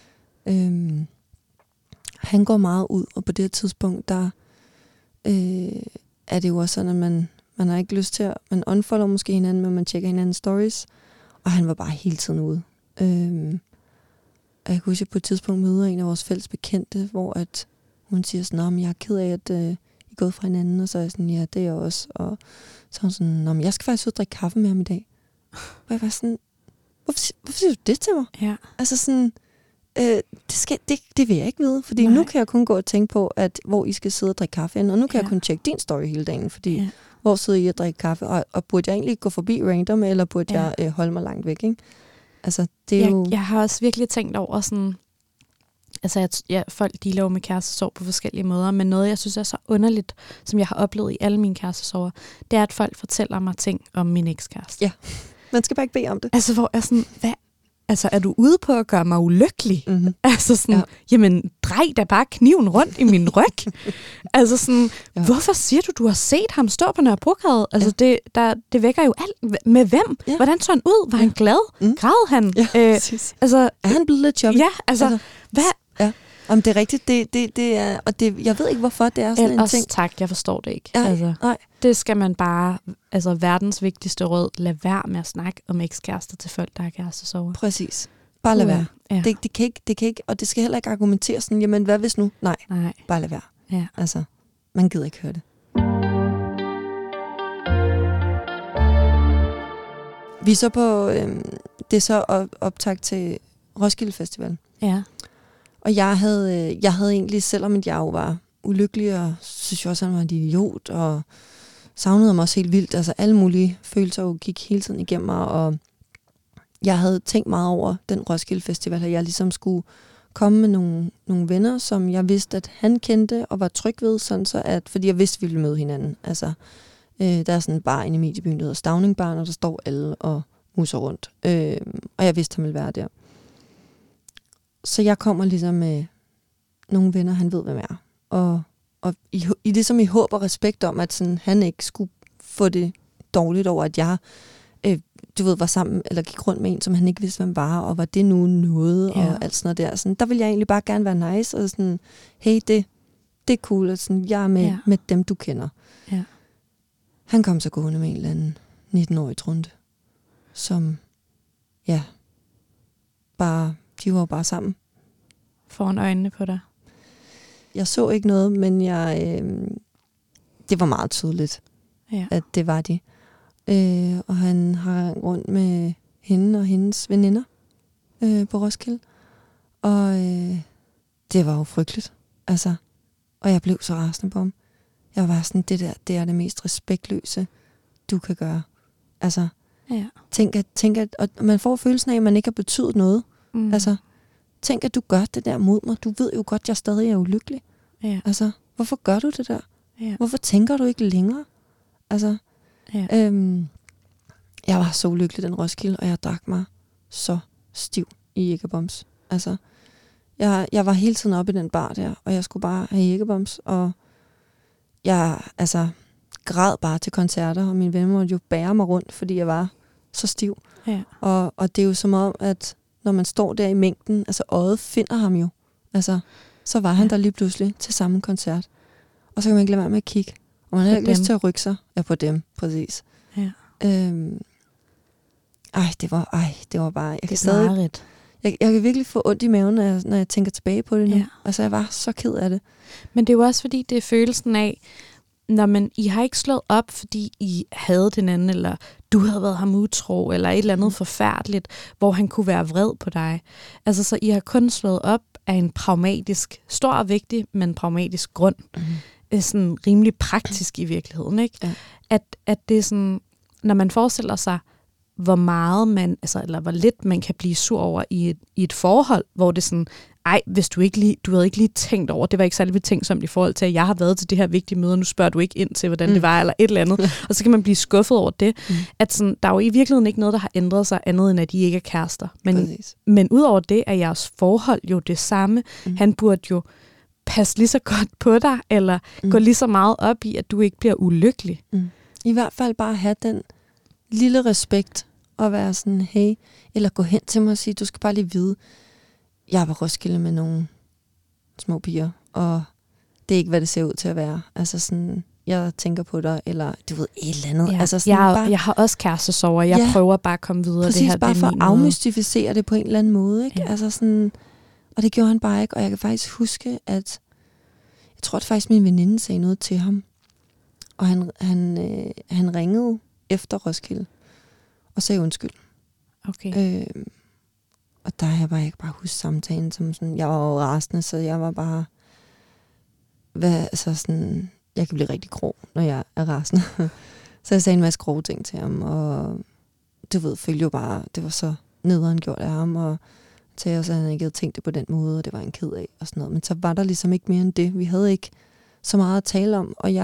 Han går meget ud, og på det tidspunkt, der er det jo også sådan, at man har ikke lyst til at... Man unfollower måske hinanden, men man tjekker hinandens stories. Og han var bare hele tiden ude. Og jeg kunne huske, at på et tidspunkt møder en af vores fælles bekendte, hvor at hun siger sådan, jeg er ked af, at I er gået fra hinanden. Og så er jeg sådan, ja, det er jeg også. Og så er hun sådan, jeg skal faktisk ud og drikke kaffe med ham i dag. Og jeg var sådan, hvorfor siger du det til mig? Ja. Altså sådan, det vil jeg ikke vide. Fordi nu kan jeg kun gå og tænke på, hvor I skal sidde og drikke kaffe ind. Og nu kan jeg kun tjekke din story hele dagen. Fordi hvor sidder I og drikke kaffe? Og burde jeg egentlig gå forbi random, eller burde jeg holde mig langt væk, ikke? Altså, det er jo... Jeg har også virkelig tænkt over sådan... Altså, folk dealer jo med kærestesorg på forskellige måder, men noget, jeg synes er så underligt, som jeg har oplevet i alle mine kærestesorger, det er, at folk fortæller mig ting om min ekskæreste. Ja, man skal bare ikke bede om det. Altså, hvor jeg sådan, altså, er du ude på at gøre mig ulykkelig? Mm-hmm. Altså sådan, jamen, drej da bare kniven rundt i min ryg. Altså sådan, hvorfor siger du har set ham stå på Nørrebrogade? Altså, det vækker jo alt. Med hvem? Ja. Hvordan så han ud? Var han glad? Græd han? Ja, altså, er han blevet lidt choppy? Ja, altså, hvad? Ja. Om det er rigtigt, det er, og det, jeg ved ikke, hvorfor det er sådan en ting. Tak, jeg forstår det ikke. Ja, altså, det skal man bare, altså verdens vigtigste råd, lad være med at snakke om ekskærester til folk, der har kærestesorger. Præcis. Bare lad være. Ja. Det kan ikke, og det skal heller ikke argumentere sådan, jamen hvad hvis nu? Nej. Bare lad være. Ja. Altså, man gider ikke høre det. Vi så på, det er så optakt til Roskilde Festival. Ja. Og jeg havde egentlig, selvom jeg jo var ulykkelig, og synes jeg også, at han var en idiot, og savnede ham også helt vildt. Altså alle mulige følelser jo gik hele tiden igennem mig, og jeg havde tænkt meget over den Roskilde Festival, at jeg ligesom skulle komme med nogle venner, som jeg vidste, at han kendte og var tryg ved, sådan så at, fordi jeg vidste, vi ville møde hinanden. Altså, der er sådan en bar inde i mediebyen, der hedder Stavningbarn, og der står alle og muser rundt. Og jeg vidste, han ville være der. Så jeg kommer ligesom med nogle venner, han ved, hvem er. Og i ligesom i håb og respekt om, at sådan, han ikke skulle få det dårligt over, at jeg var sammen, eller gik rundt med en, som han ikke vidste, hvem var, og var det nu noget, og alt sådan noget der. Sådan, der ville jeg egentlig bare gerne være nice, og sådan, hey, det er cool, at sådan, jeg er med dem, du kender. Ja. Han kom så gående med en eller anden 19-årig trunte, som, de var bare sammen. Foran øjnene på dig? Jeg så ikke noget, men det var meget tydeligt, at det var de. Og han har rundt med hende og hendes veninder på Roskilde. Og det var jo frygteligt. Altså, og jeg blev så rasende på ham. Jeg var sådan, det er det mest respektløse, du kan gøre. Altså, tænk at og man får følelsen af, at man ikke har betydet noget. Mm. Altså, tænk at du gør det der mod mig. Du ved jo godt, at jeg stadig er ulykkelig. Ja. Altså, hvorfor gør du det der? Ja. Hvorfor tænker du ikke længere? Altså, jeg var så ulykkelig den Roskilde, og jeg drak mig så stiv i Ikke Bombs. Altså, Jeg var hele tiden oppe i den bar der, og jeg skulle bare have æggeboms, og jeg græd bare til koncerter, og mine venner måtte jo bære mig rundt, fordi jeg var så stiv. Ja. Og det er jo som om, at når man står der i mængden, altså øjet finder ham jo. Altså, så var han der lige pludselig til samme koncert. Og så kan man ikke lade være med at kigge. Og man har ikke lyst til at rykke sig. Ja, på dem, præcis. Ja. Det var bare... Jeg kan virkelig få ondt i maven, når jeg tænker tilbage på det nu. Ja. Altså, jeg var så ked af det. Men det er jo også fordi, det er følelsen af, når I har ikke slået op, fordi I havde den anden, eller du havde været ham utro, eller et eller andet forfærdeligt, hvor han kunne være vred på dig. Altså, så I har kun slået op af en pragmatisk, stor og vigtig, men pragmatisk grund. Sådan rimelig praktisk i virkeligheden, ikke? Ja. At det er sådan, når man forestiller sig, hvor meget man, altså, eller hvor lidt man kan blive sur over i et forhold, hvor det er sådan, hvis du havde ikke lige tænkt over, det var ikke særlig betænksomt i forhold til, at jeg har været til det her vigtige møde, og nu spørger du ikke ind til, hvordan det var, eller et eller andet, og så kan man blive skuffet over det, at sådan, der er jo i virkeligheden ikke noget, der har ændret sig, andet end at de ikke er kærester. Men udover det, er jeres forhold jo det samme. Han burde jo passe lige så godt på dig, eller gå lige så meget op i, at du ikke bliver ulykkelig. I hvert fald bare have den lille respekt, og være sådan, hey, eller gå hen til mig og sige, du skal bare lige vide, jeg er på Roskilde med nogle små piger, og det er ikke, hvad det ser ud til at være. Altså sådan, jeg tænker på dig, eller du ved, et eller andet. Ja, altså sådan, jeg har også kærestesorger, jeg prøver bare at komme videre. Præcis, det her, bare det for at afmystificere det på en eller anden måde. Ikke? Ja. Altså sådan, og det gjorde han bare ikke, og jeg kan faktisk huske, at jeg tror, at faktisk min veninde sagde noget til ham, og han ringede efter Roskilde, og sagde undskyld. Okay. Og der har jeg bare ikke husket samtalen som sådan, jeg var jo rasende, så jeg var bare, sådan, jeg kan blive rigtig grov, når jeg er rasende. Så jeg sagde en masse grove ting til ham, og du ved, følte jo bare, det var så nederen gjort af ham, og til også, at han ikke havde tænkt det på den måde, og det var en ked af, og sådan noget. Men så var der ligesom ikke mere end det. Vi havde ikke så meget at tale om, og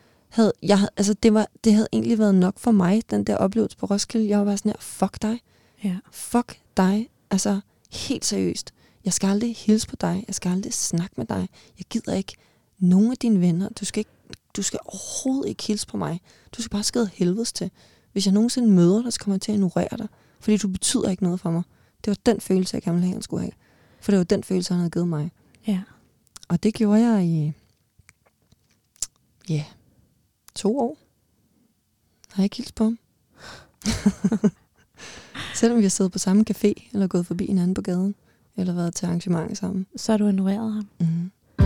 det havde egentlig været nok for mig, den der oplevelse på Roskilde. Jeg var bare sådan her, fuck dig. Ja. Fuck dig. Altså, helt seriøst. Jeg skal aldrig hilse på dig. Jeg skal aldrig snakke med dig. Jeg gider ikke nogen af dine venner. Du skal overhovedet ikke hilse på mig. Du skal bare skade helvedes til. Hvis jeg nogensinde møder dig, så kommer jeg til at ignorere dig. Fordi du betyder ikke noget for mig. Det var den følelse, jeg gerne ville have, han skulle have. For det var den følelse, han havde givet mig. Ja. Og det gjorde jeg i 2 år. Har jeg ikke hilst på ham. Selvom vi har siddet på samme café, eller gået forbi hinanden på gaden, eller været til arrangementer sammen. Så har du ignoreret ham. Mm-hmm.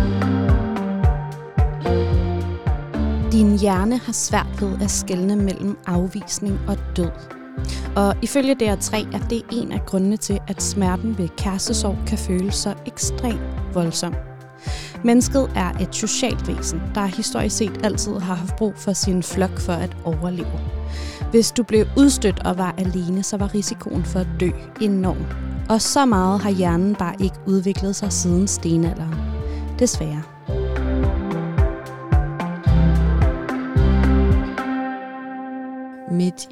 Din hjerne har svært ved at skelne mellem afvisning og død. Og ifølge DR3 er det en af grundene til, at smerten ved kærestesorg kan føles så ekstremt voldsom. Mennesket er et socialt væsen, der historisk set altid har haft brug for sin flok for at overleve. Hvis du blev udstødt og var alene, så var risikoen for at dø enorm. Og så meget har hjernen bare ikke udviklet sig siden stenalderen. Desværre. Midt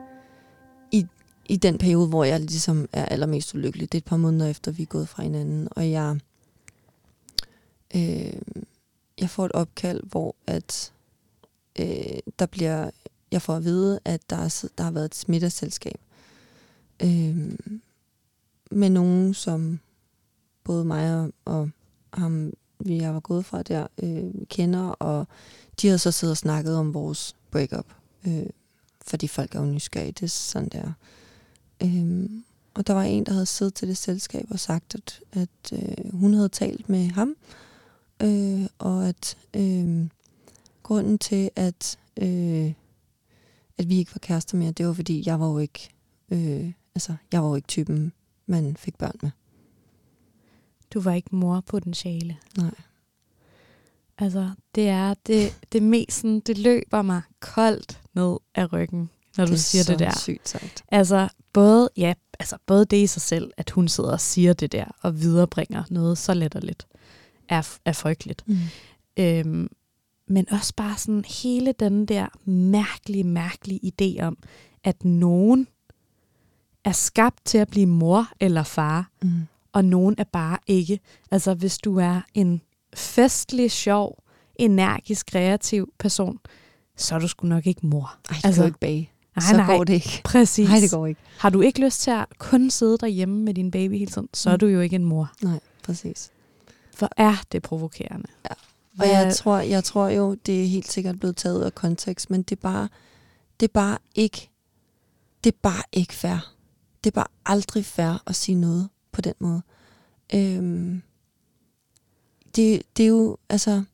i den periode, hvor jeg ligesom er allermest ulykkelig, det er et par måneder efter, vi er gået fra hinanden, og jeg får et opkald, hvor at jeg får at vide, at der har været et smitteselskab med nogen, som både mig og ham, jeg var gået fra der, kender, og de havde så siddet og snakket om vores breakup, fordi folk er jo nysgerrige, det er sådan der. Og der var en, der havde siddet til det selskab og sagt, at hun havde talt med ham, og at grunden til, at vi ikke var kærester mere, det var fordi, jeg var jo ikke typen, man fik børn med. Du var ikke morpotentiale. Nej. Altså, det er det mest sådan, det løber mig koldt ned af ryggen, når du siger det der. Det er så sygt sagt. Altså, både det i sig selv, at hun sidder og siger det der, og viderebringer noget så letterligt, er frygteligt. Men også bare sådan hele den der mærkelige idé om, at nogen er skabt til at blive mor eller far, og nogen er bare ikke. Altså hvis du er en festlig, sjov, energisk, kreativ person, så er du sgu nok ikke mor. Ej, det kan jo ikke bage. Nej, går det ikke. Præcis. Nej, det går ikke. Har du ikke lyst til at kun sidde derhjemme med din baby hele tiden, så er du jo ikke en mor. Nej, præcis. Hvor er det provokerende. Ja. Og jeg tror jo, det er helt sikkert blevet taget ud af kontekst, men det er bare ikke fair. Det er bare aldrig fair at sige noget på den måde. Det er jo, altså,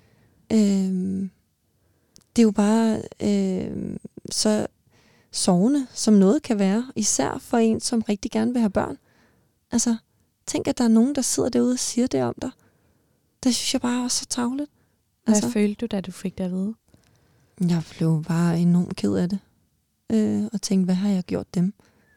det er jo bare så sårende, som noget kan være, især for en, som rigtig gerne vil have børn. Altså, tænk, at der er nogen, der sidder derude og siger det om dig. Det synes jeg bare var så tarveligt. Altså, hvad følte du, da du fik det at vide? Jeg blev bare enormt ked af det. Og tænkte, hvad har jeg gjort dem?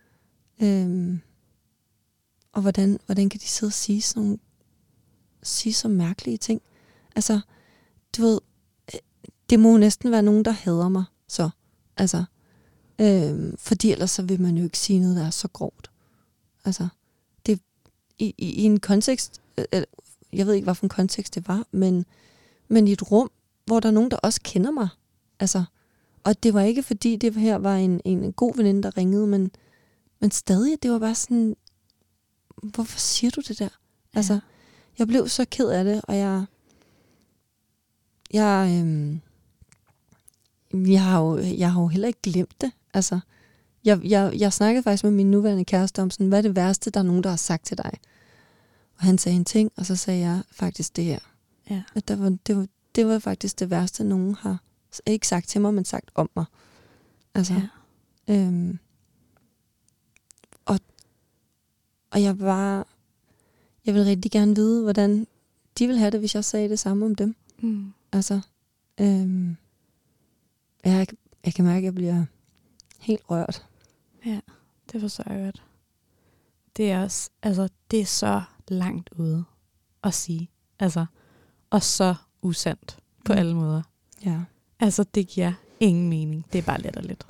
Og hvordan kan de sidde og sige så mærkelige ting? Altså, du ved, det må næsten være nogen, der hader mig. Så, altså, fordi ellers så vil man jo ikke sige noget, der er så grovt. Altså, det i en kontekst, jeg ved ikke, hvad for en kontekst det var, men i et rum, hvor der er nogen, der også kender mig. Altså, og det var ikke fordi, det her var en god veninde, der ringede, men stadig, det var bare sådan, hvorfor siger du det der? Altså, jeg blev så ked af det, og jeg har jo heller ikke glemt det. Altså, jeg snakkede faktisk med min nuværende kæreste om sådan, hvad er det værste, der er nogen, der har sagt til dig? Og han sagde en ting, og så sagde jeg faktisk det her. Ja. At det var faktisk det værste, nogen har ikke sagt til mig, men sagt om mig. Altså, og jeg vil rigtig gerne vide, hvordan de vil have det, hvis jeg sagde det samme om dem. Altså, jeg kan mærke, at jeg bliver helt rørt. Ja, det forstår jeg godt. Det er også, altså, det er så langt ude at sige. Altså, og så usandt på alle måder. Ja. Altså, det giver ingen mening. Det er bare let og lidt.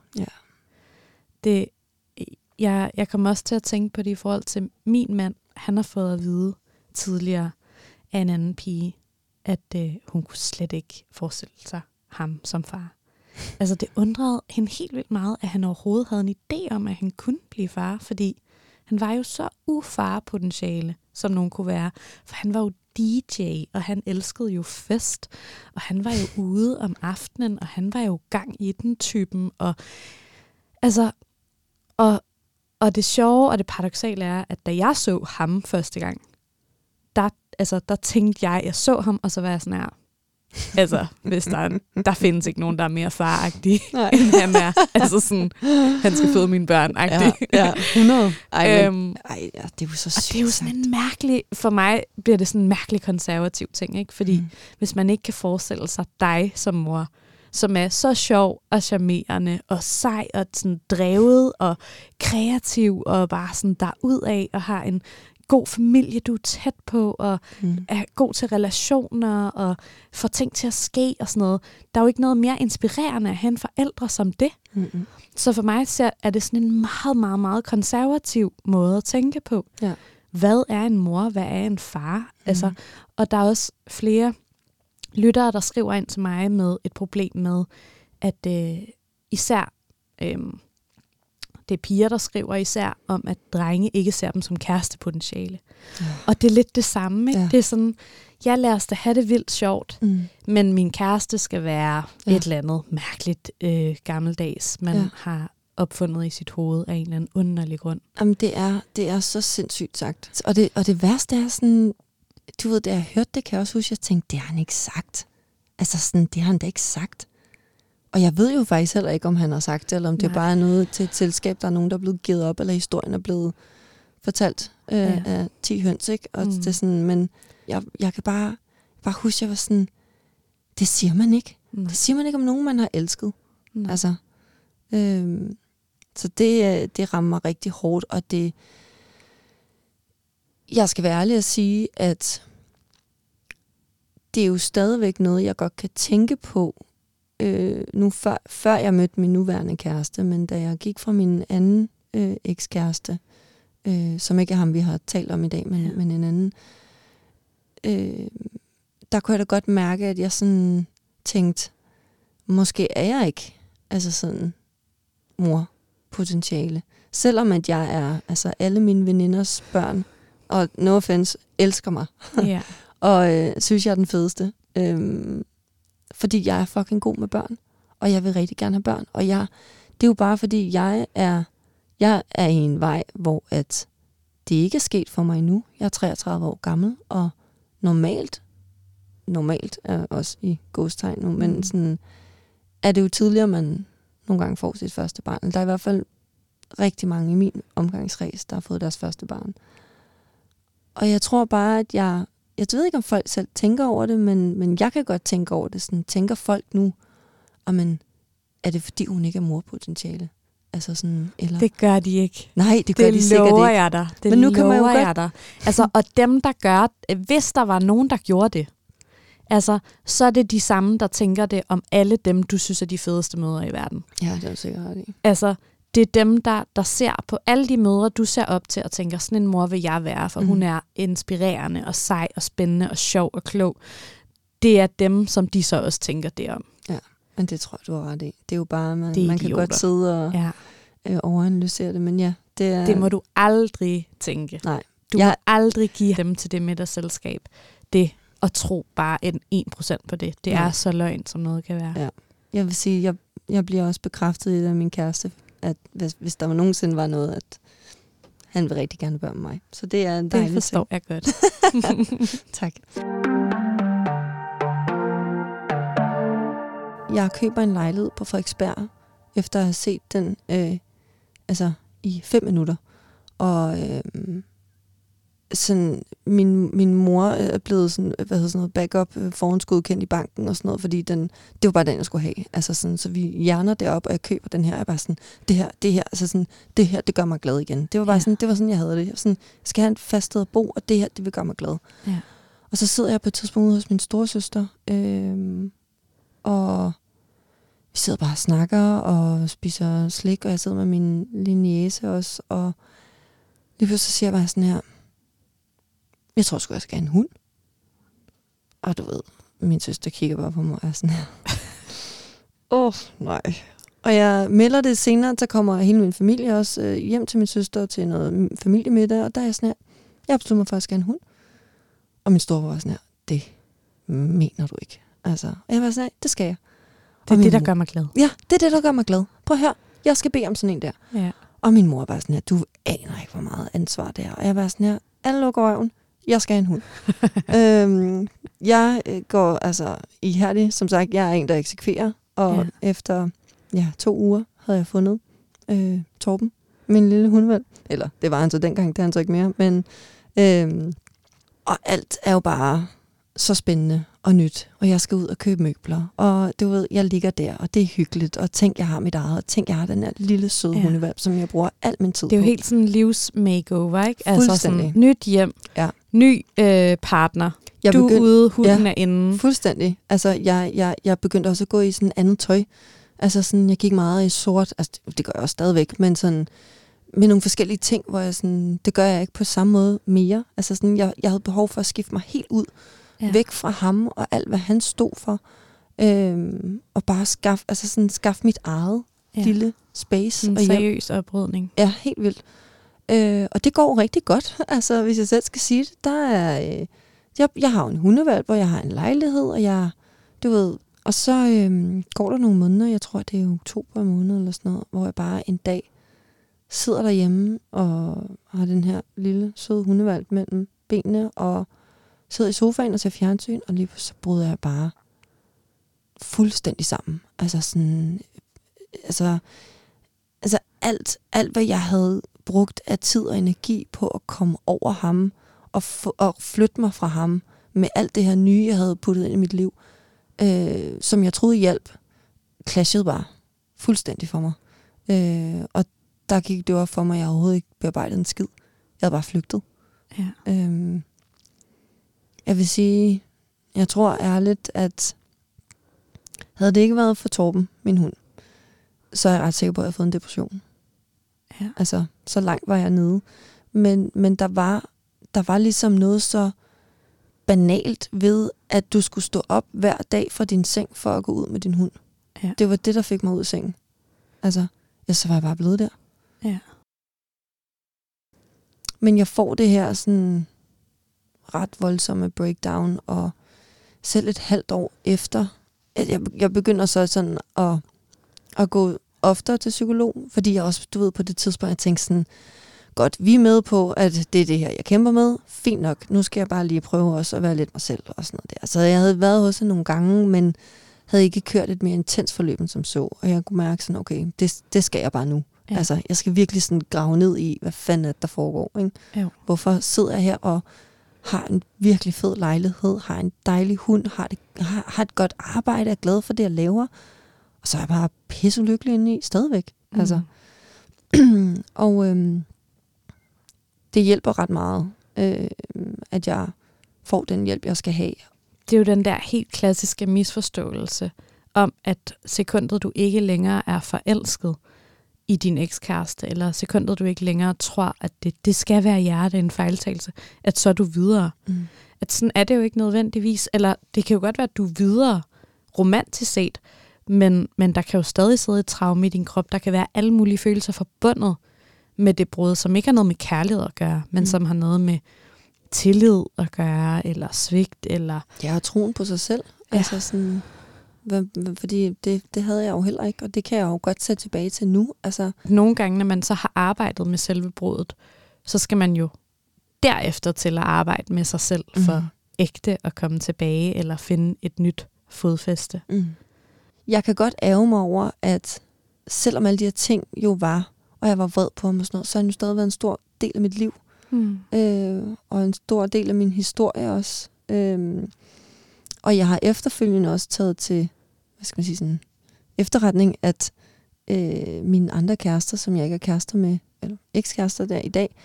Ja. Jeg kommer også til at tænke på det i forhold til min mand. Han har fået at vide tidligere af en anden pige, at hun kunne slet ikke forestille sig ham som far. Altså, det undrede hende helt vildt meget, at han overhovedet havde en idé om, at han kunne blive far, fordi han var jo så ufarpotentiale, som nogen kunne være. For han var jo DJ, og han elskede jo fest, og han var jo ude om aftenen, og han var jo gang i den typen. Og, altså, og det sjove og det paradoksale er, at da jeg så ham første gang, der tænkte jeg så ham, og så var jeg sådan her, altså, hvis der findes ikke nogen, der er mere faragtig, end han er. Altså sådan, han skal føde mine børn-agtig. Ja, 100. Ej, det er jo så sygt. Og det er jo sådan en mærkelig, for mig bliver det sådan en mærkelig konservativ ting, ikke? Fordi hvis man ikke kan forestille sig dig som mor, som er så sjov og charmerende og sej og sådan drevet og kreativ og bare sådan derudad og har en god familie, du er tæt på, og er god til relationer, og får ting til at ske, og sådan noget. Der er jo ikke noget mere inspirerende at have en forældre som det. Så for mig er det sådan en meget, meget, meget konservativ måde at tænke på. Ja. Hvad er en mor? Hvad er en far? Altså, og der er også flere lyttere, der skriver ind til mig med et problem med, at især det er piger, der skriver især om, at drenge ikke ser dem som kærestepotentiale. Og det er lidt det samme, ikke? Ja. Det er sådan, jeg lader os da have det vildt sjovt, men min kæreste skal være et eller andet mærkeligt gammeldags, man har opfundet i sit hoved af en eller anden underlig grund. Jamen, det er så sindssygt sagt. Og det værste er sådan, du ved, da jeg hørte det, kan jeg også huske, jeg tænkte, det har han ikke sagt. Altså sådan, det har han da ikke sagt. Og jeg ved jo faktisk heller ikke, om han har sagt det, eller om det bare er noget til et selskab, der er nogen, der er blevet givet op, eller historien er blevet fortalt af 10 høns, ikke? Og det er sådan, men jeg kan bare huske, jeg var sådan, det siger man ikke. Det siger man ikke om nogen, man har elsket. Altså, så det rammer mig rigtig hårdt, og jeg skal være ærlig at sige, at det er jo stadigvæk noget, jeg godt kan tænke på, nu før jeg mødte min nuværende kæreste, men da jeg gik fra min anden ekskæreste, som ikke er ham, vi har talt om i dag, men en anden. Der kunne jeg da godt mærke, at jeg sådan tænkte, måske er jeg ikke altså sådan morpotentiale. Selvom at jeg er altså alle mine veninders børn, og no offense, elsker mig. Ja. Og synes jeg er den fedeste. Fordi jeg er fucking god med børn. Og jeg vil rigtig gerne have børn. Og det er jo bare fordi, jeg er i en vej, hvor at det ikke er sket for mig endnu. Jeg er 33 år gammel, og normalt er også i gåstegn nu, men sådan, er det jo tidligere, man nogle gange får sit første barn. Der er i hvert fald rigtig mange i min omgangskreds, der har fået deres første barn. Og jeg tror bare, at jeg ved ikke, om folk selv tænker over det, men jeg kan godt tænke over det. Sådan, tænker folk nu, men er det fordi, hun ikke er morpotentiale? Altså sådan, eller? Det gør de ikke. Nej, det gør de sikkert ikke. Jeg dig. Men nu kan man jo godt. Dig. Altså, og dem, der gør, hvis der var nogen, der gjorde det, altså, så er det de samme, der tænker det om alle dem, du synes er de fedeste mødre i verden. Ja, det er jo sikkert det. Altså, det er dem, der ser på alle de mødre, du ser op til, og tænker, sådan en mor vil jeg være, for hun er inspirerende og sej og spændende og sjov og klog. Det er dem, som de så også tænker det om. Ja, men det tror jeg, du har ret i. Det er jo bare, man kan godt sidde og overanalysere det, men ja. Det må du aldrig tænke. Nej. Du må aldrig give dem til det middagsselskab. Det at tro bare 1% på det. Det er så løgn, som noget kan være. Ja. Jeg vil sige, jeg bliver også bekræftet i det af min kæreste, at hvis der nogensinde var noget, at han vil rigtig gerne børn med mig. Så det er en dejlig ting. Det forstår jeg godt. Tak. Jeg køber en lejlighed på Frederiksberg, efter at have set den i 5 minutter. Og sådan, min mor er blevet sådan, backup forhåndsgodkendt i banken og sådan noget, fordi det var bare den, jeg skulle have. Altså sådan, så vi hjerner det op, og jeg køber den her, og jeg bare sådan, det her, altså sådan, det her, det gør mig glad igen. Det var bare sådan, det var sådan, jeg havde det. Jeg sådan, jeg skal have et fast sted at bo, og det her, det vil gøre mig glad. Ja. Og så sidder jeg på et tidspunkt ude hos min storesøster, og vi sidder bare og snakker, og spiser slik, og jeg sidder med min lille niece også, og lige pludselig siger jeg bare sådan her, jeg tror sgu, jeg skal have en hund. Og du ved, min søster kigger bare på mig og er sådan her. Nej. Og jeg melder det senere, så kommer hele min familie også hjem til min søster til noget familiemiddag, og der er jeg sådan her, jeg beslutter mig for, at jeg skal have en hund. Og min store var sådan her, det mener du ikke. Altså, og jeg var sådan her, det skal jeg. Det er det, der gør mig glad. Ja, det er det, der gør mig glad. Prøv at høre, jeg skal bede om sådan en der. Ja. Og min mor var sådan her, du aner ikke, hvor meget ansvar det er. Og jeg var sådan her, alle lukker røven. Jeg skal have en hund. Jeg går altså ihærdig. Som sagt, jeg er en, der eksekverer. Og efter 2 uger havde jeg fundet Torben, min lille hundvalg. Eller det var han så dengang, det er han så ikke mere. Men, og alt er jo bare så spændende og nyt. Og jeg skal ud og købe møbler. Og du ved, jeg ligger der, og det er hyggeligt. Og tænk, jeg har mit eget. Og tænk, jeg har den her lille søde hundevalg, som jeg bruger al min tid på. Det er jo helt sådan en livs-makeover, ikke? Altså sådan nyt hjem, ny partner. Du er ude, hunden er inde. Fuldstændig. Altså, jeg begyndte også at gå i sådan andet tøj. Altså, sådan, jeg gik meget i sort. Altså, det gør jeg også stadigvæk, men sådan med nogle forskellige ting, hvor jeg sådan, det gør jeg ikke på samme måde mere. Altså, sådan, jeg havde behov for at skifte mig helt ud. Væk fra ham og alt, hvad han stod for. Og bare skaffe mit eget lille space. En seriøs oprydning. Ja, helt vildt. Og det går rigtig godt. Altså, hvis jeg selv skal sige det. Der er, jeg har en hundevalg, hvor jeg har en lejlighed, og og så går der nogle måneder, jeg tror, det er oktober måned eller sådan noget, hvor jeg bare en dag sidder derhjemme og har den her lille søde hundevalg mellem benene, og sidder i sofaen og ser fjernsyn, og lige så bryder jeg bare fuldstændig sammen. Altså sådan, altså alt hvad jeg havde brugt af tid og energi på at komme over ham, og flytte mig fra ham, med alt det her nye, jeg havde puttet ind i mit liv, som jeg troede hjalp, clashede bare fuldstændig for mig. Og der gik det op for mig, at jeg overhovedet ikke bearbejdede en skid. Jeg havde bare flygtet. Ja. Jeg vil sige, jeg tror ærligt, at havde det ikke været for Torben, min hund, så er jeg ret sikker på, at jeg havde fået en depression. Ja. Altså, så langt var jeg nede. Men der var ligesom noget så banalt ved, at du skulle stå op hver dag fra din seng for at gå ud med din hund. Ja. Det var det, der fik mig ud af sengen. Altså, så var jeg bare blevet der. Ja. Men jeg får det her sådan ret voldsomme breakdown, og selv et halvt år efter, at jeg begynder så sådan at gå oftere til psykolog, fordi jeg også, du ved, på det tidspunkt, jeg tænkte sådan, godt, vi er med på, at det er det her, jeg kæmper med. Fint nok, nu skal jeg bare lige prøve også at være lidt mig selv og sådan noget der. Så jeg havde været hos hende nogle gange, men havde ikke kørt et mere intens forløb som så. Og jeg kunne mærke sådan, okay, det skal jeg bare nu. Ja. Altså, jeg skal virkelig sådan grave ned i, hvad fanden er der foregår. Ikke? Jo. Hvorfor sidder jeg her og har en virkelig fed lejlighed, har en dejlig hund, har et godt arbejde, er glad for det, jeg laver. Og så er jeg bare pisselykkelig inde i stadigvæk. Mm. Altså. Og det hjælper ret meget, at jeg får den hjælp, jeg skal have. Det er jo den der helt klassiske misforståelse om, at sekundet du ikke længere er forelsket i din ekskæreste, eller sekundet du ikke længere tror, at det skal være jer, det er en fejltagelse, at så er du videre. Mm. At sådan er det jo ikke nødvendigvis. Eller det kan jo godt være, at du er videre romantisk set, men der kan jo stadig sidde et traume i din krop. Der kan være alle mulige følelser forbundet med det brud, som ikke har noget med kærlighed at gøre, men som har noget med tillid at gøre, eller svigt, eller... Ja, og troen på sig selv. Ja. Altså sådan, fordi det havde jeg jo heller ikke, og det kan jeg jo godt sætte tilbage til nu. Altså. Nogle gange, når man så har arbejdet med selve brudet, så skal man jo derefter til at arbejde med sig selv for ægte at komme tilbage, eller finde et nyt fodfæste. Mm. Jeg kan godt ærge mig over, at selvom alle de her ting jo var, og jeg var vred på ham og sådan noget, så har han jo stadig været en stor del af mit liv. Og en stor del af min historie også. Og jeg har efterfølgende også taget til, hvad skal man sige, sådan efterretning, at mine andre kærester, som jeg ikke er kærester med, eller ekskærester der i dag,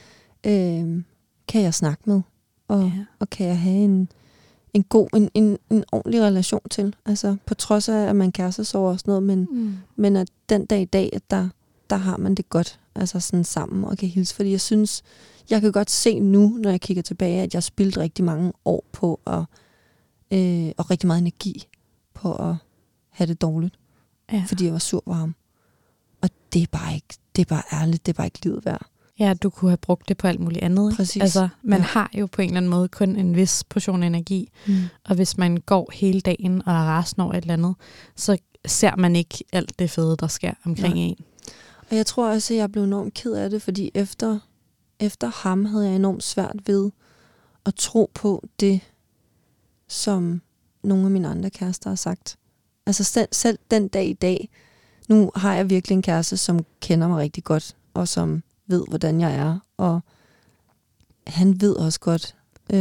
kan jeg snakke med, og kan jeg have en god, en ordentlig relation til. Altså på trods af, at man kærestesover og sådan noget, men at den dag i dag, at der har man det godt, altså sådan sammen og kan hilse. Fordi jeg synes, jeg kan godt se nu, når jeg kigger tilbage, at jeg spildte rigtig mange år på og rigtig meget energi på at have det dårligt. Ja. Fordi jeg var sur på ham. Og det er bare ærligt, det er bare ikke livet værd. Ja, du kunne have brugt det på alt muligt andet. Præcis. Altså, man har jo på en eller anden måde kun en vis portion energi. Og hvis man går hele dagen og er rasende over et eller andet, så ser man ikke alt det fede, der sker omkring en. Og jeg tror også, at jeg blev enormt ked af det, fordi efter ham havde jeg enormt svært ved at tro på det, som nogle af mine andre kærester har sagt. Altså selv den dag i dag, nu har jeg virkelig en kæreste, som kender mig rigtig godt, og som ved, hvordan jeg er. Og han ved også godt,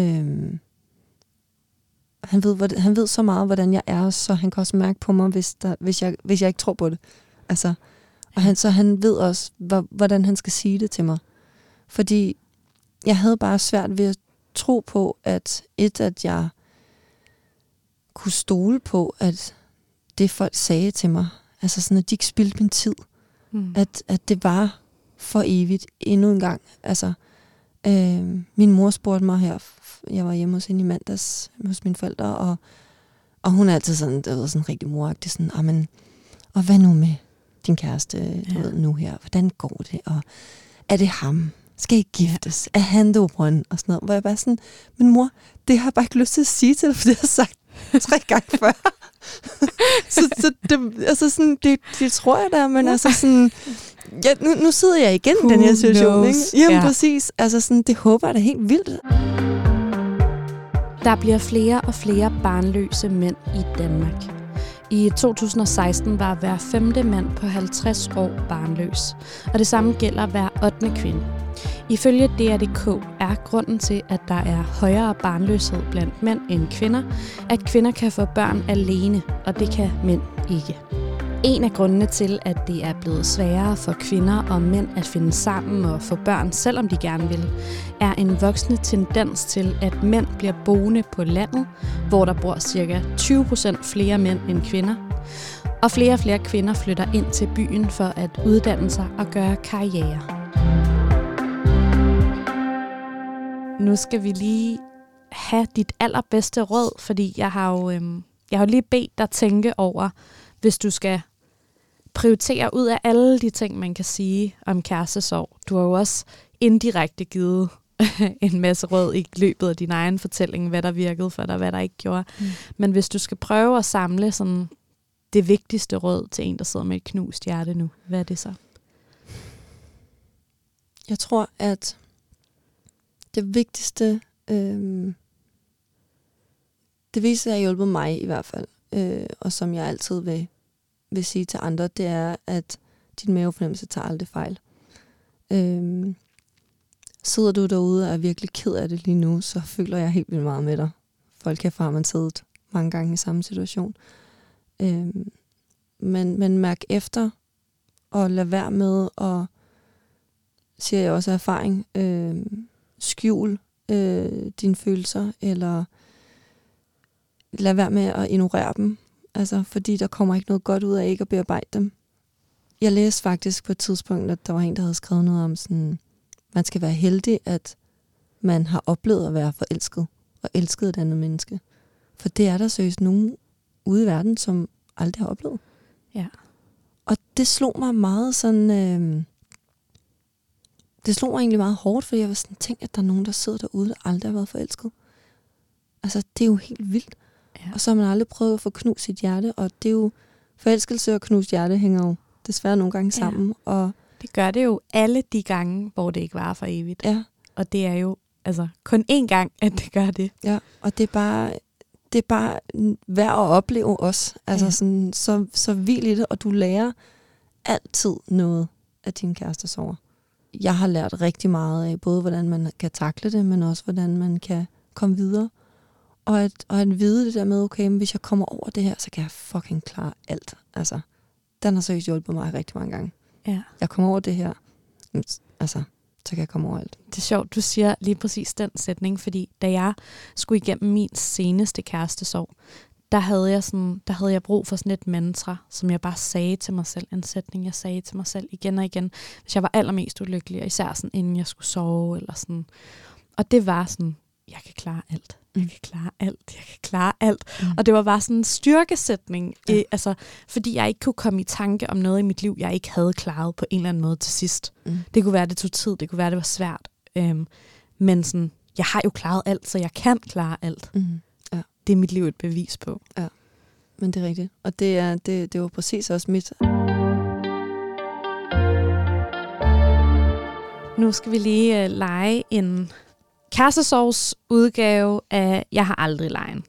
han ved så meget, hvordan jeg er, så han kan også mærke på mig, hvis jeg ikke tror på det. Altså, og han ved også, hvordan han skal sige det til mig. Fordi jeg havde bare svært ved at tro på, at jeg kunne stole på, at det folk sagde til mig, altså sådan, at de ikke spildte min tid. At det var for evigt endnu en gang. Altså, min mor spurgte mig her, jeg var hjemme hos hende i mandags, hos mine forældre, og hun er altid sådan, det var sådan rigtig moragtig, sådan, amen, og hvad nu med din kæreste, du ved, nu her, hvordan går det, og er det ham? Skal I giftes? Er han dobren? Og sådan noget. Hvor jeg bare sådan, men mor, det har jeg bare ikke lyst til at sige til dig, for det har jeg sagt 3 gange før. så det, altså sådan, det tror jeg da, men altså sådan, ja, nu sidder jeg igen i den her situation, ikke? Jamen præcis, altså sådan, det håber jeg da helt vildt. Der bliver flere og flere barnløse mænd i Danmark. I 2016 var hver 5. mand på 50 år barnløs, og det samme gælder hver 8. kvinde. Ifølge DRDK er grunden til, at der er højere barnløshed blandt mænd end kvinder, at kvinder kan få børn alene, og det kan mænd ikke. En af grundene til, at det er blevet sværere for kvinder og mænd at finde sammen og få børn, selvom de gerne vil, er en voksende tendens til, at mænd bliver boende på landet, hvor der bor ca. 20% flere mænd end kvinder. Og flere kvinder flytter ind til byen for at uddanne sig og gøre karriere. nu skal vi lige have dit allerbedste råd, fordi jeg har jo lige bedt dig tænke over, hvis du skal prioritere ud af alle de ting, man kan sige om kærestesorg. Du har jo også indirekte givet en masse råd i løbet af din egen fortælling, hvad der virkede for dig, hvad der ikke gjorde. Men hvis du skal prøve at samle sådan det vigtigste råd til en, der sidder med et knust hjerte nu, hvad er det så? Jeg tror, at det vigtigste, det vigtigste har hjulpet mig i hvert fald, og som jeg altid vil sige til andre, det er, at din mavefornemmelse tager aldrig fejl. Sidder du derude og er virkelig ked af det lige nu, så føler jeg helt vildt meget med dig. Folk har man siddet mange gange i samme situation. Men mærk efter, og lad være med at, siger jeg også af erfaring, skjul dine følelser, eller lad være med at ignorere dem, altså, fordi der kommer ikke noget godt ud af ikke at bearbejde dem. Jeg læste faktisk på et tidspunkt, at der var en, der havde skrevet noget om sådan, man skal være heldig, at man har oplevet at være forelsket og elsket et andet menneske. For det er der seriøst nogen ude i verden, som aldrig har oplevet. Ja. Og det slog mig meget sådan, det slog mig egentlig meget hårdt, fordi jeg var sådan, tænk, at der er nogen, der sidder derude, der aldrig har været forelsket. Altså, det er jo helt vildt. Ja. Og så har man aldrig prøvet at få knust sit hjerte, og det er jo, forelskelse og knust hjerte hænger jo desværre nogle gange sammen. Ja. Og det gør det jo alle de gange, hvor det ikke varer for evigt. Ja. Og det er jo altså kun én gang, at det gør det. Ja, og det er bare værd at opleve også. Altså Ja. sådan, så vild i det, og du lærer altid noget af din kæreste sorger. Jeg har lært rigtig meget af, både hvordan man kan takle det, men også hvordan man kan komme videre. Og at vide det der med, okay, hvis jeg kommer over det her, så kan jeg fucking klare alt. Altså, den har seriøst hjulpet mig rigtig mange gange. Ja. Jeg kommer over det her, altså, så kan jeg komme over alt. Det er sjovt, du siger lige præcis den sætning, fordi da jeg skulle igennem min seneste kærestesorg, der havde jeg brug for sådan et mantra, som jeg bare sagde til mig selv. En sætning, jeg sagde til mig selv igen og igen, hvis jeg var allermest ulykkelig, og især sådan, inden jeg skulle sove, eller sådan. Og det var sådan, jeg kan klare alt. Jeg kan klare alt. Jeg kan klare alt. Og det var bare sådan en styrkesætning, altså, fordi jeg ikke kunne komme i tanke om noget i mit liv, jeg ikke havde klaret på en eller anden måde til sidst. Det kunne være, det tog tid. Det kunne være, det var svært. Men sådan, jeg har jo klaret alt, så jeg kan klare alt. Ja. Det er mit liv et bevis på. Ja, men det er rigtigt. Og det var præcis også mit. Nu skal vi lige lege en kærestesorgs udgave af Jeg har aldrig lejen.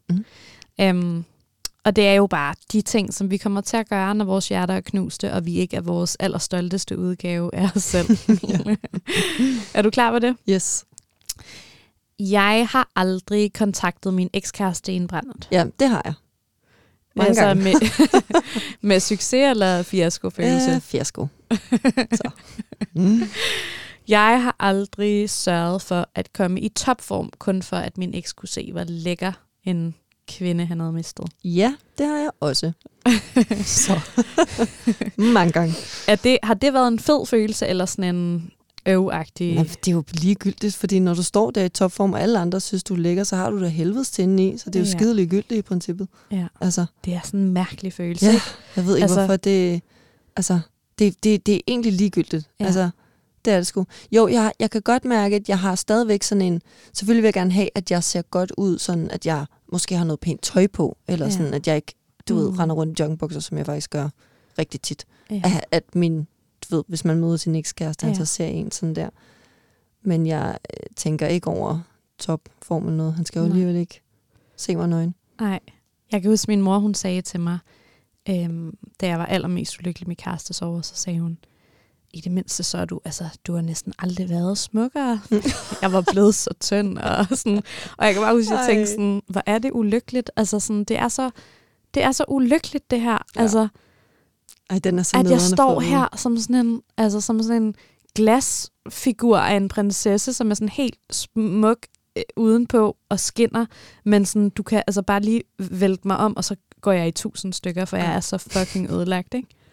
Og det er jo bare de ting, som vi kommer til at gøre, når vores hjerter er knuste, og vi ikke er vores allerstolteste udgave af os selv. Er du klar på det? Yes. Jeg har aldrig kontaktet min ekskæreste i en brændert. Ja, det har jeg. Altså med succes eller fiasko-følelse? Fiasko. Så. Jeg har aldrig sørget for at komme i topform, kun for at min eks kunne se, hvor lækker en kvinde han havde mistet. Ja, det har jeg også. Så. Mange gange. Har det været en fed følelse, eller sådan en øvagtig? Ja, det er jo ligegyldigt, fordi når du står der i topform, og alle andre synes, du er lækker, så har du da helvedes til i, så det er jo skide ligegyldigt i princippet. Ja. Altså. Det er sådan en mærkelig følelse. Ja, jeg ved ikke, hvorfor det... Altså, det er egentlig ligegyldigt. Ja. Altså, det er det sgu. Jo, jeg kan godt mærke, at jeg har stadigvæk sådan en... Selvfølgelig vil jeg gerne have, at jeg ser godt ud, sådan at jeg måske har noget pænt tøj på, eller sådan, at jeg ikke, render rundt i joggingbukser, som jeg faktisk gør rigtig tit. Ja. At min... hvis man møder sin ekskæreste, han så ser en sådan der. Men jeg tænker ikke over topform eller noget. Han skal jo alligevel ikke se mig nøgen. Nej. Jeg kan huske, min mor, hun sagde til mig, da jeg var allermest ulykkelig med kærestesorger, så sagde hun, i det mindste så er du har næsten aldrig været smukkere. Jeg var blevet så tynd og sådan. Og jeg kan bare huske, at jeg tænkte sådan, hvor er det ulykkeligt. Altså sådan, det er så ulykkeligt det her. Ja. Altså, den er så at jeg står her som sådan en glasfigur af en prinsesse, som er sådan helt smuk udenpå og skinner, men sådan, du kan altså bare lige vælte mig om, og så går jeg i 1000 stykker, for jeg er så fucking ødelagt, ikke?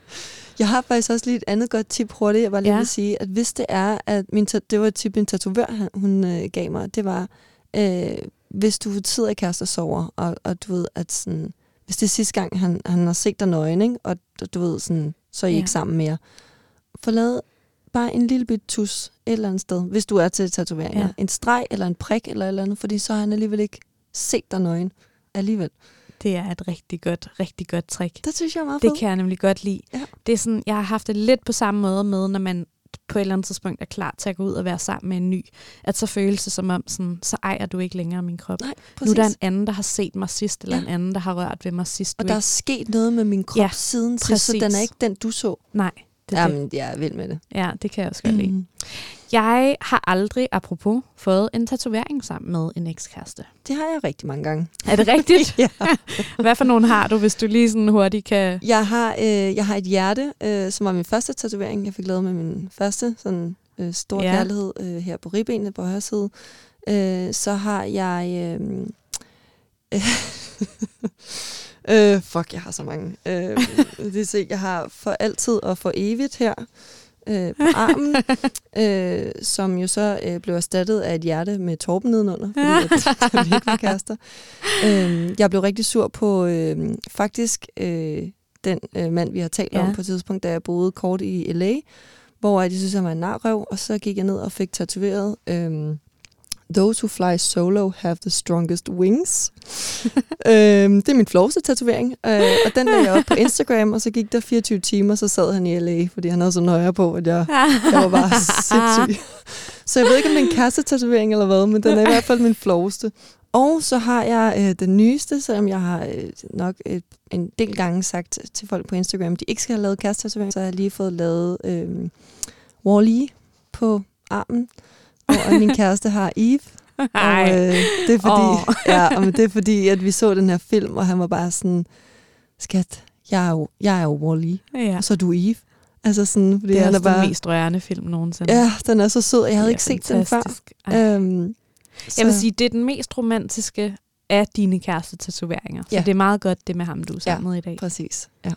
Jeg har faktisk også lige et andet godt tip hurtigt. Jeg bare lige vil sige, at hvis det er, at det var et tip, min tatovør, hun gav mig, det var, hvis du sidder i kæreste og sover, og du ved, at sådan, hvis det er sidste gang, han har set dig nøgen, ikke? Og du ved, sådan, så er I ikke sammen mere. Få lavet bare en lille bit tus et eller andet sted, hvis du er til tatoveringer. Ja. En streg eller en prik eller et eller andet, fordi så har han alligevel ikke set dig nøgen alligevel. Det er et rigtig godt trick. Det synes jeg er meget fedt. Det kan jeg nemlig godt lide. Ja. Det er sådan, jeg har haft det lidt på samme måde med, når man på et eller andet tidspunkt er klar til at gå ud og være sammen med en ny, at så føles det som om, sådan, så ejer du ikke længere min krop. Nej, nu er der en anden, der har set mig sidst, eller en anden, der har rørt ved mig sidst. Og der er sket noget med min krop siden sidst, så den er ikke den, du så. Nej. Jamen, jeg er vild med det. Ja, det kan jeg også godt lide. Jeg har aldrig, apropos, fået en tatovering sammen med en ekskæreste. Det har jeg rigtig mange gange. Er det rigtigt? Ja. Hvad for nogen har du, hvis du lige sådan hurtigt kan... Jeg har et hjerte, som var min første tatovering. Jeg fik lavet med min første sådan stor kærlighed her på ribbenet på højre side. Så har jeg... jeg har så mange. Jeg har for altid og for evigt her på armen, som jo så blev erstattet af et hjerte med Torben nedenunder, fordi at vi ikke var kærester. Jeg blev rigtig sur på den mand, vi har talt om på et tidspunkt, da jeg boede kort i LA, hvor de synes, jeg var en narrøv, og så gik jeg ned og fik tatoveret Those who fly solo have the strongest wings. Det er min floveste tatovering. Og den lagde jeg op på Instagram, og så gik der 24 timer, så sad han i LA, fordi han havde sådan højere på, at jeg var bare sindssyg. Så jeg ved ikke, om det er en kæreste-tatovering eller hvad, men den er i hvert fald min floveste. Og så har jeg den nyeste, selvom jeg har nok en del gange sagt til folk på Instagram, at de ikke skal have lavet kæreste-tatovering, så har jeg lige fået lavet Wall-E på armen. Og min kæreste har Eve. Og det er fordi, men det er fordi, at vi så den her film, og han var bare sådan, skat, jeg er jo Wall-E, og så er du Eve. Altså sådan, fordi det er han også bare den mest rørende film nogensinde. Ja, den er så sød. Jeg havde ikke set den før. Jeg vil sige, det er den mest romantiske af dine kæreste-tatoveringer. Så det er meget godt, det med ham, du er sammen med i dag. Præcis. Ja.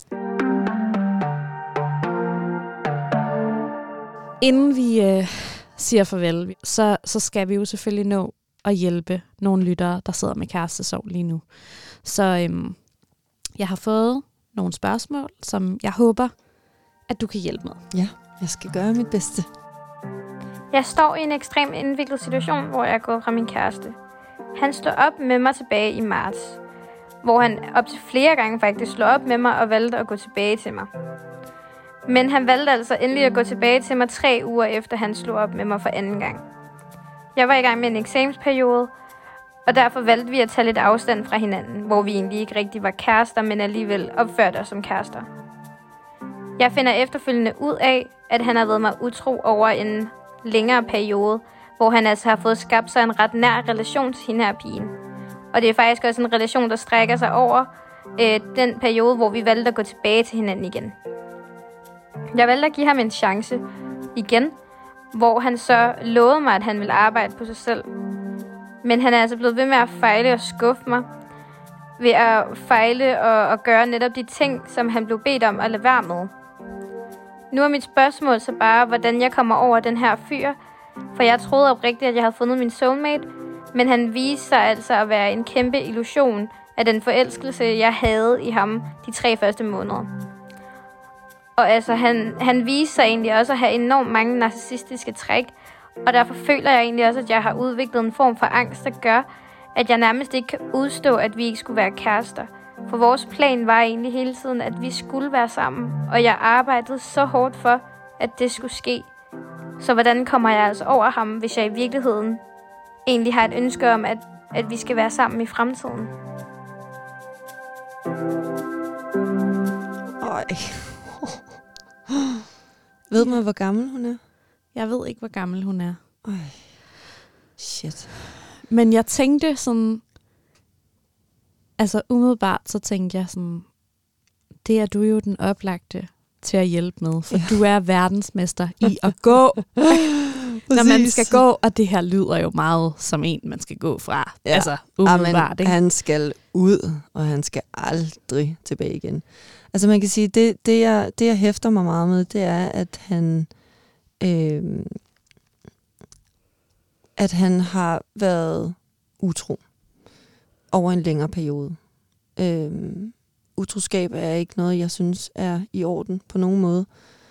Inden vi siger farvel, så skal vi jo selvfølgelig nå at hjælpe nogle lyttere, der sidder med kærestesorg lige nu. Så jeg har fået nogle spørgsmål, som jeg håber, at du kan hjælpe med. Ja, jeg skal gøre mit bedste. Jeg står i en ekstremt indviklet situation, hvor jeg er gået fra min kæreste. Han slog op med mig tilbage i marts, hvor han op til flere gange faktisk slog op med mig og valgte at gå tilbage til mig. Men han valgte altså endelig at gå tilbage til mig 3 uger efter han slog op med mig for anden gang. Jeg var i gang med en eksamensperiode, og derfor valgte vi at tage lidt afstand fra hinanden, hvor vi egentlig ikke rigtig var kærester, men alligevel opførte os som kærester. Jeg finder efterfølgende ud af, at han har været mig utro over en længere periode, hvor han altså har fået skabt sig en ret nær relation til hende her pigen. Og det er faktisk også en relation, der strækker sig over den periode, hvor vi valgte at gå tilbage til hinanden igen. Jeg valgte at give ham en chance igen, hvor han så lovede mig, at han ville arbejde på sig selv. Men han er altså blevet ved med at fejle og skuffe mig, ved at fejle og gøre netop de ting, som han blev bedt om at lade være med. Nu er mit spørgsmål så bare, hvordan jeg kommer over den her fyr, for jeg troede oprigtigt, at jeg havde fundet min soulmate, men han viste sig altså at være en kæmpe illusion af den forelskelse, jeg havde i ham de 3 første måneder. Og altså, han viste sig egentlig også at have enormt mange narcissistiske træk, og derfor føler jeg egentlig også, at jeg har udviklet en form for angst, der gør, at jeg nærmest ikke kan udstå, at vi ikke skulle være kærester. For vores plan var egentlig hele tiden, at vi skulle være sammen, og jeg arbejdede så hårdt for, at det skulle ske. Så hvordan kommer jeg altså over ham, hvis jeg i virkeligheden egentlig har et ønske om, at vi skal være sammen i fremtiden? Ved man, hvor gammel hun er? Jeg ved ikke, hvor gammel hun er. Shit. Men jeg tænkte sådan... Altså umiddelbart, så tænkte jeg sådan... Det er du jo den oplagte til at hjælpe med, for du er verdensmester i at gå. Når man skal gå, og det her lyder jo meget som en, man skal gå fra. Ja. Altså, umiddelbart, ikke? Han skal ud, og han skal aldrig tilbage igen. Altså man kan sige, det jeg hæfter mig meget med, det er, at han har været utro over en længere periode. Utroskab er ikke noget, jeg synes er i orden på nogen måde.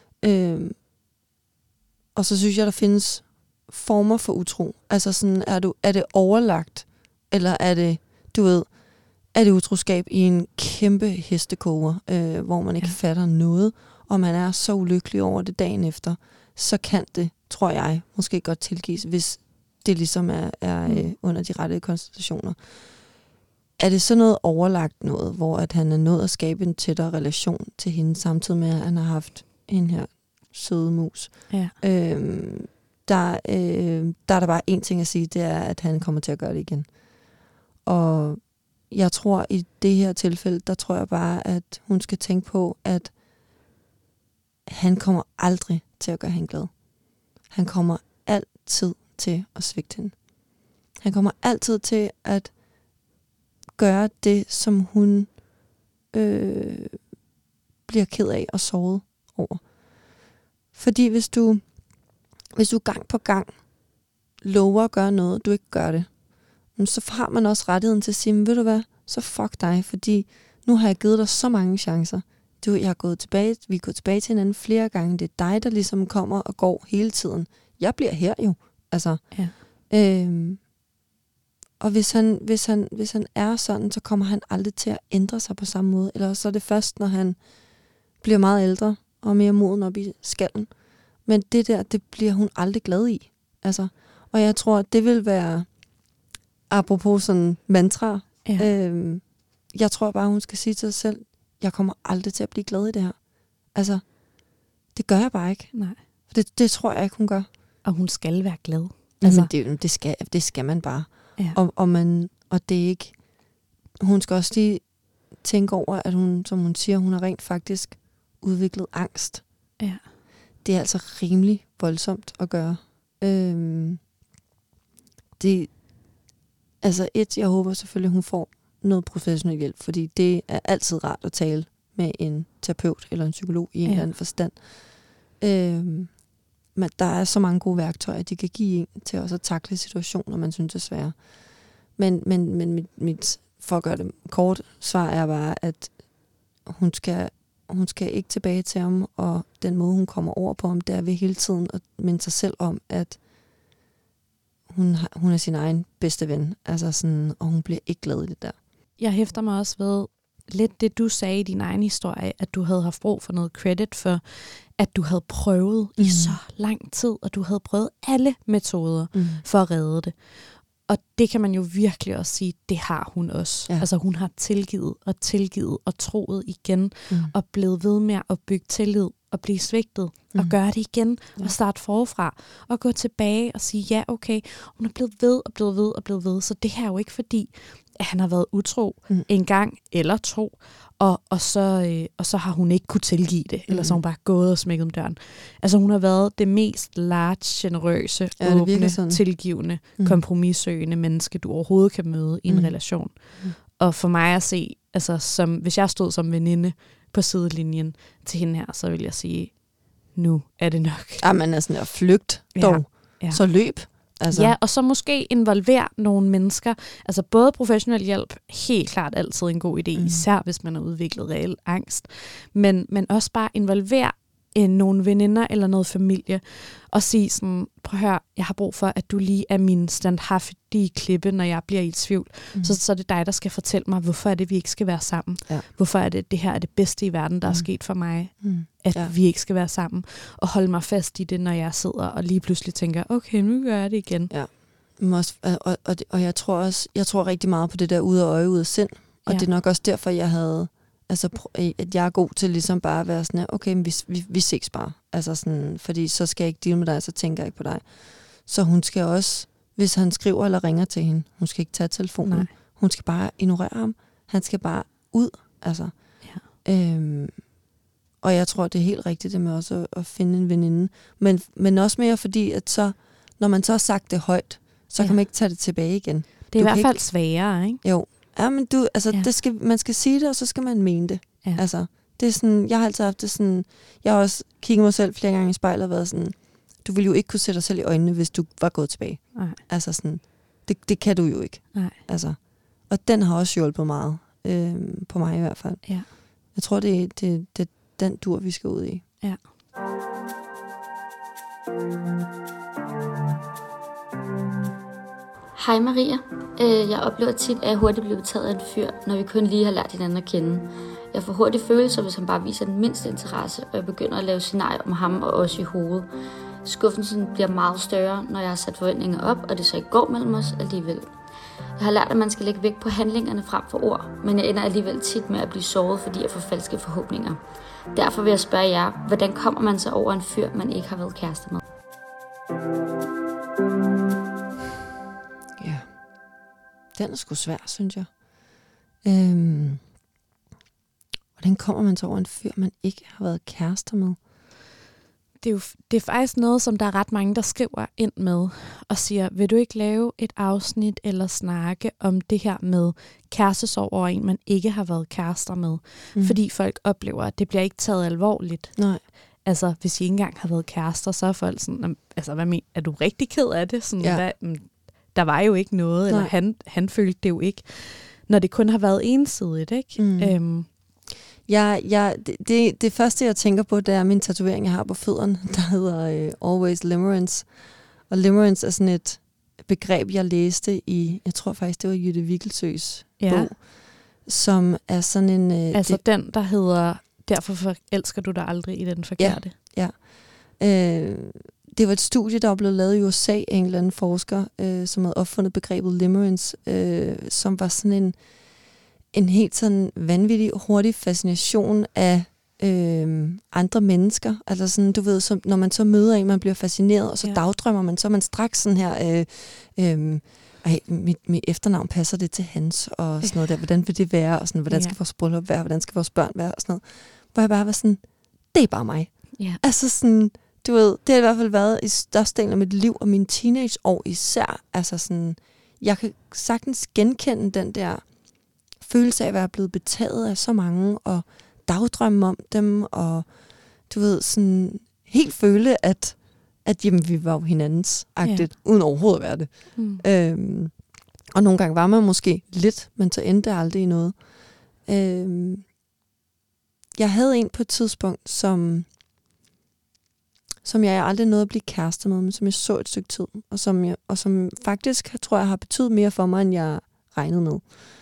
Og så synes jeg, der findes former for utro. Altså sådan, er det overlagt, eller er det, du ved, er det utroskab i en kæmpe hestekoger, hvor man ikke fatter noget, og man er så ulykkelig over det dagen efter, så kan det, tror jeg, måske godt tilgives, hvis det ligesom er under de rette konstellationer. Er det så noget overlagt noget, hvor at han er nået at skabe en tættere relation til hende, samtidig med, at han har haft en her søde mus? Ja. Der er der bare én ting at sige, det er, at han kommer til at gøre det igen. Og jeg tror, i det her tilfælde, der tror jeg bare, at hun skal tænke på, at han kommer aldrig til at gøre hende glad. Han kommer altid til at svigte hende. Han kommer altid til at gøre det, som hun bliver ked af og såret over. Fordi hvis du gang på gang lover at gøre noget, du ikke gør det, så har man også rettigheden til at sige, ved du hvad, så fuck dig, fordi nu har jeg givet dig så mange chancer. Vi er gået tilbage til hinanden flere gange. Det er dig, der ligesom kommer og går hele tiden. Jeg bliver her jo. Altså, og hvis han er sådan, så kommer han aldrig til at ændre sig på samme måde. Eller så er det først, når han bliver meget ældre og mere moden op i skallen. Men det der, det bliver hun aldrig glad i. Altså, og jeg tror, det vil være, apropos sådan mantra, jeg tror bare, hun skal sige til sig selv, jeg kommer aldrig til at blive glad i det her. Altså, det gør jeg bare ikke. Nej. For det tror jeg ikke, hun gør. Og hun skal være glad. Altså, det skal man bare. Ja. Og det er ikke... Hun skal også lige tænke over, at hun, som hun siger, hun har rent faktisk udviklet angst. Ja. Det er altså rimelig voldsomt at gøre. Jeg håber selvfølgelig, hun får noget professionel hjælp, fordi det er altid rart at tale med en terapeut eller en psykolog i en eller anden forstand. Men der er så mange gode værktøjer, de kan give en til også at takle situationer, man synes er svære. Men mit, for at gøre det kort, svar er bare, at hun skal ikke tilbage til ham, og den måde, hun kommer over på ham, det er ved hele tiden at minde sig selv om, at hun er sin egen bedste ven, altså sådan, og hun bliver ikke glad i det der. Jeg hæfter mig også ved lidt det, du sagde i din egen historie, at du havde haft brug for noget credit for, at du havde prøvet i så lang tid, og du havde prøvet alle metoder for at redde det. Og det kan man jo virkelig også sige, det har hun også. Ja. Altså hun har tilgivet og troet igen, og blevet ved med at bygge tillid og blive svigtet, og gøre det igen, og starte forfra, og gå tilbage og sige, ja okay, hun er blevet ved, så det her er jo ikke fordi, at han har været utro en gang eller to, og så har hun ikke kunne tilgive det, eller så har hun bare gået og smækket om døren. Altså hun har været det mest large, generøse, åbne, tilgivende, kompromissøgende menneske, du overhovedet kan møde i en relation. Og for mig at se, altså hvis jeg stod som veninde på sidelinjen til hende her, så vil jeg sige, nu er det nok. Ja, man er sådan der flygt dog. Ja. Så løb. Altså. Ja, og så måske involvere nogle mennesker. Altså både professionel hjælp, helt klart altid en god idé, især hvis man har udviklet reel angst. Men også bare involvere nogle veninder eller noget familie, og sige sådan, prøv at høre, jeg har brug for, at du lige er min standhaftige klippe, når jeg bliver i tvivl. Så er det dig, der skal fortælle mig, hvorfor er det, vi ikke skal være sammen. Ja. Hvorfor er det her er det bedste i verden, der er sket for mig, at vi ikke skal være sammen. Og holde mig fast i det, når jeg sidder og lige pludselig tænker, okay, nu gør jeg det igen. Ja. Og jeg tror rigtig meget på det der ude af øje, ude af sind. Og det er nok også derfor, at jeg er god til ligesom bare at være sådan, okay, men vi ses bare. Altså sådan, fordi så skal jeg ikke deale med dig, så tænker jeg ikke på dig. Så hun skal også, hvis han skriver eller ringer til hende, hun skal ikke tage telefonen. Nej. Hun skal bare ignorere ham. Han skal bare ud. Altså. Ja. Og jeg tror, det er helt rigtigt det med også at finde en veninde. Men også mere fordi, at så når man så har sagt det højt, så kan man ikke tage det tilbage igen. Det er i hvert fald sværere, ikke? Jo. Ja, men man skal sige det, og så skal man mene det. Ja. Altså, det er sådan, jeg har altid haft det sådan, jeg har også kigget mig selv flere gange i spejlet og været sådan, du ville jo ikke kunne sætte dig selv i øjnene, hvis du var gået tilbage. Nej. Altså sådan, det kan du jo ikke. Nej. Altså, og den har også hjulpet meget, på mig i hvert fald. Ja. Jeg tror, det er den dur, vi skal ud i. Ja. Hej Maria. Jeg oplever tit, at jeg hurtigt bliver betaget af en fyr, når vi kun lige har lært hinanden at kende. Jeg får hurtigt følelser, hvis han bare viser den mindste interesse, og jeg begynder at lave scenarier om ham og os i hovedet. Skuffelsen bliver meget større, når jeg har sat forventninger op, og det så ikke går mellem os alligevel. Jeg har lært, at man skal lægge vægt på handlingerne frem for ord, men jeg ender alligevel tit med at blive såret, fordi jeg får falske forhåbninger. Derfor vil jeg spørge jer, hvordan kommer man så over en fyr, man ikke har været kæreste med? Ja, den er sgu svær, synes jeg. Hvordan kommer man så over en fyr, man ikke har været kærester med? Det er faktisk noget, som der er ret mange, der skriver ind med og siger, vil du ikke lave et afsnit eller snakke om det her med kærestesorg over en, man ikke har været kærester med? Fordi folk oplever, at det bliver ikke taget alvorligt. Nej. Altså, hvis I ikke engang har været kærester, så er folk sådan, altså, hvad mener, er du rigtig ked af det? Sådan, der var jo ikke noget, Nej. eller han følte det jo ikke, når det kun har været ensidigt, ikke? Det første, jeg tænker på, det er min tatovering, jeg har på fødderne, der hedder Always Limerence. Og limerence er sådan et begreb, jeg læste i, jeg tror faktisk, det var Jytte Vikkelsøs bog, som er sådan en... den, der hedder, derfor forelsker du dig aldrig i den forkerte. Ja. Det var et studie, der var blevet lavet i USA af en eller anden forsker, som havde opfundet begrebet limerence, som var sådan en helt sådan vanvittig, hurtig fascination af andre mennesker. Altså sådan, du ved, som, når man så møder en, man bliver fascineret, og så dagdrømmer man, så er man straks sådan her, mit efternavn, passer det til hans, og sådan noget der, hvordan vil det være, og sådan, hvordan skal vores bryllup være, hvordan skal vores børn være, og sådan noget. Hvor jeg bare var sådan, det er bare mig. Ja. Altså sådan, du ved, det har i hvert fald været i størstedelen af mit liv, og mine teenageår især. Altså sådan, jeg kan sagtens genkende den der følelse af at være blevet betaget af så mange, og dagdrømme om dem, og du ved, sådan helt føle, at jamen, vi var jo hinandens-agtigt, uden overhovedet at være det. Og nogle gange var man måske lidt, men så endte det aldrig i noget. Jeg havde en på et tidspunkt, som jeg aldrig nåede at blive kæreste med, men som jeg så et stykke tid, og som faktisk, tror jeg, har betydet mere for mig, end jeg regnede med.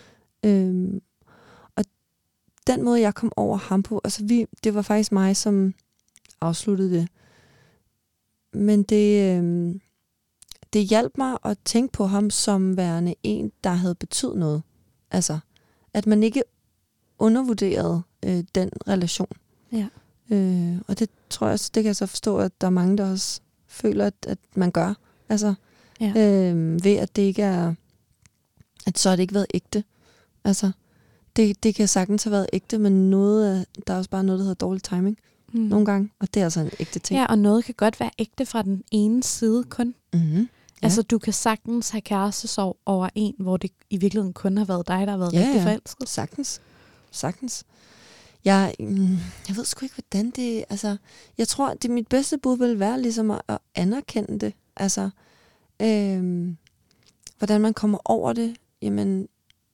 Og den måde, jeg kom over ham på, altså det var faktisk mig, som afsluttede det. Men det hjalp mig at tænke på ham som værende en, der havde betydet noget. Altså, at man ikke undervurderede den relation. Ja. Og det tror jeg også, det kan jeg så forstå, at der er mange, der også føler, at man gør. Altså, ved at det ikke er, at så har det ikke været ægte. Altså, det kan sagtens have været ægte, men der er også bare noget, der hedder dårlig timing. Nogle gange, og det er altså en ægte ting. Ja, og noget kan godt være ægte fra den ene side kun. Mm-hmm. Ja. Altså, du kan sagtens have kærestesorg over en, hvor det i virkeligheden kun har været dig, der har været rigtig forelsket. Sagtens. Jeg ved sgu ikke, hvordan det... Altså, jeg tror, det mit bedste bud vil være ligesom at anerkende det. Altså, hvordan man kommer over det. Jamen,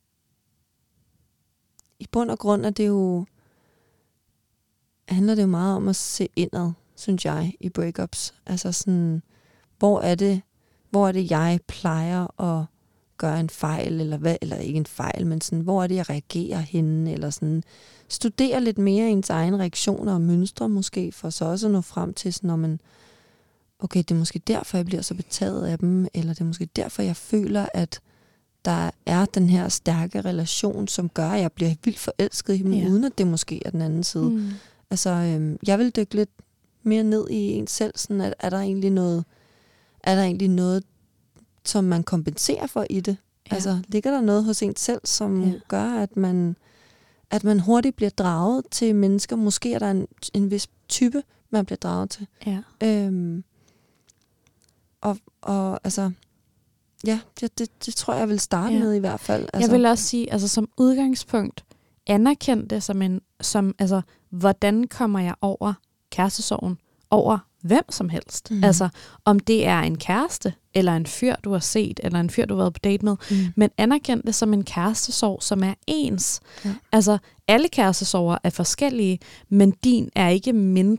i bund og grund er det jo... handler det jo meget om at se indad, synes jeg, i breakups. Altså sådan, hvor er det jeg plejer at gøre en fejl, eller ikke en fejl, men sådan, hvor er det, jeg reagerer henne, eller sådan, studere lidt mere ens egne reaktioner og mønstre måske, for så også at nå frem til sådan, man, okay, det er måske derfor, jeg bliver så betaget af dem, eller det er måske derfor, jeg føler, at der er den her stærke relation, som gør, at jeg bliver vildt forelsket i dem, uden at det måske er den anden side. Altså, jeg vil dykke lidt mere ned i en selv, sådan at er der egentlig noget, som man kompenserer for i det? Ja. Altså, ligger der noget hos en selv, som gør, at man hurtigt bliver draget til mennesker? Måske er der en vis type, man bliver draget til. Ja. og altså, ja, det tror jeg vil starte med i hvert fald. Altså. Jeg vil også sige, altså som udgangspunkt, anerkend det som hvordan kommer jeg over kærestesorgen, over hvem som helst. Altså, om det er en kæreste, eller en fyr, du har set, eller en fyr, du har været på date med, men anerkend det som en kærestesorg, som er ens. Ja. Altså, alle kærestesorger er forskellige, men din har ikke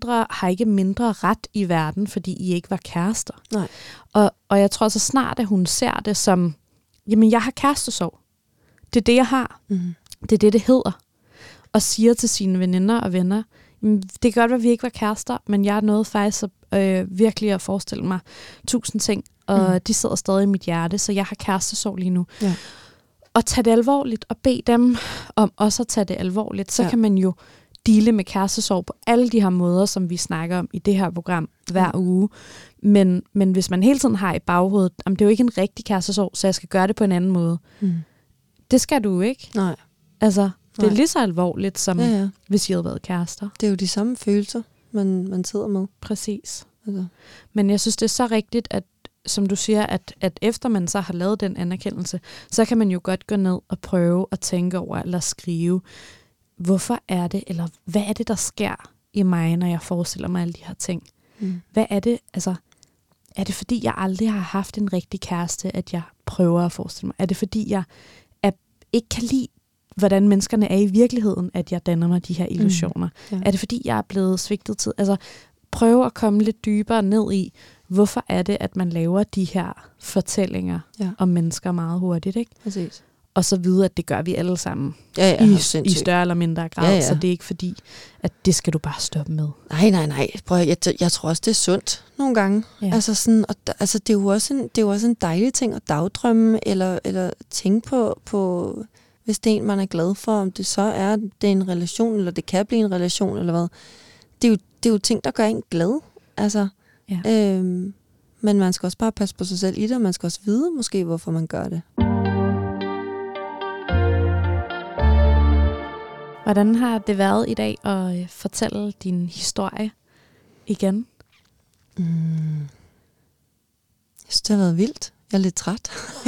mindre ret i verden, fordi I ikke var kærester. Nej. Og jeg tror så snart, at hun ser det som, jamen, jeg har kærestesorg. Det er det, jeg har. Det er det hedder. Og siger til sine veninder og venner, det kan godt være, at vi ikke var kærester, men jeg nåede faktisk virkelig at forestille mig 1000 ting, og de sidder stadig i mit hjerte, så jeg har kærestesorg lige nu. Ja. Og tage det alvorligt, og bede dem om også at tage det alvorligt, så kan man jo deale med kærestesorg på alle de her måder, som vi snakker om i det her program hver uge. Men hvis man hele tiden har i baghovedet, det er jo ikke en rigtig kærestesorg, så jeg skal gøre det på en anden måde. Det skal du ikke. Nej. Altså, det er lige så alvorligt, som hvis I havde været kærester. Det er jo de samme følelser, man sidder med. Præcis. Altså. Men jeg synes, det er så rigtigt, at som du siger, at efter man så har lavet den anerkendelse, så kan man jo godt gå ned og prøve at tænke over, eller skrive, hvorfor er det, eller hvad er det, der sker i mig, når jeg forestiller mig alle de her ting? Hvad er det, altså, er det fordi, jeg aldrig har haft en rigtig kæreste, at jeg prøver at forestille mig? Er det fordi, jeg ikke kan lide, hvordan menneskerne er i virkeligheden, at jeg danner mig de her illusioner? Er det fordi, jeg er blevet svigtet tid? Altså, prøve at komme lidt dybere ned i, hvorfor er det, at man laver de her fortællinger om mennesker meget hurtigt, ikke? Præcis. Og så vide, at det gør vi alle sammen i større eller mindre grad, så det er ikke fordi, at det skal du bare stoppe med. Nej. Prøv, jeg tror også, det er sundt nogle gange. Ja. Altså, sådan, og, altså, det er jo også en dejlig ting at dagdrømme, eller tænke på, hvis det er en, man er glad for, om det så er det en relation, eller det kan blive en relation, eller hvad. Det er jo ting, der gør en glad. Altså, men man skal også bare passe på sig selv i det, og man skal også vide måske, hvorfor man gør det. Hvordan har det været i dag at fortælle din historie igen? Jeg synes, det har været vildt. Jeg er lidt træt.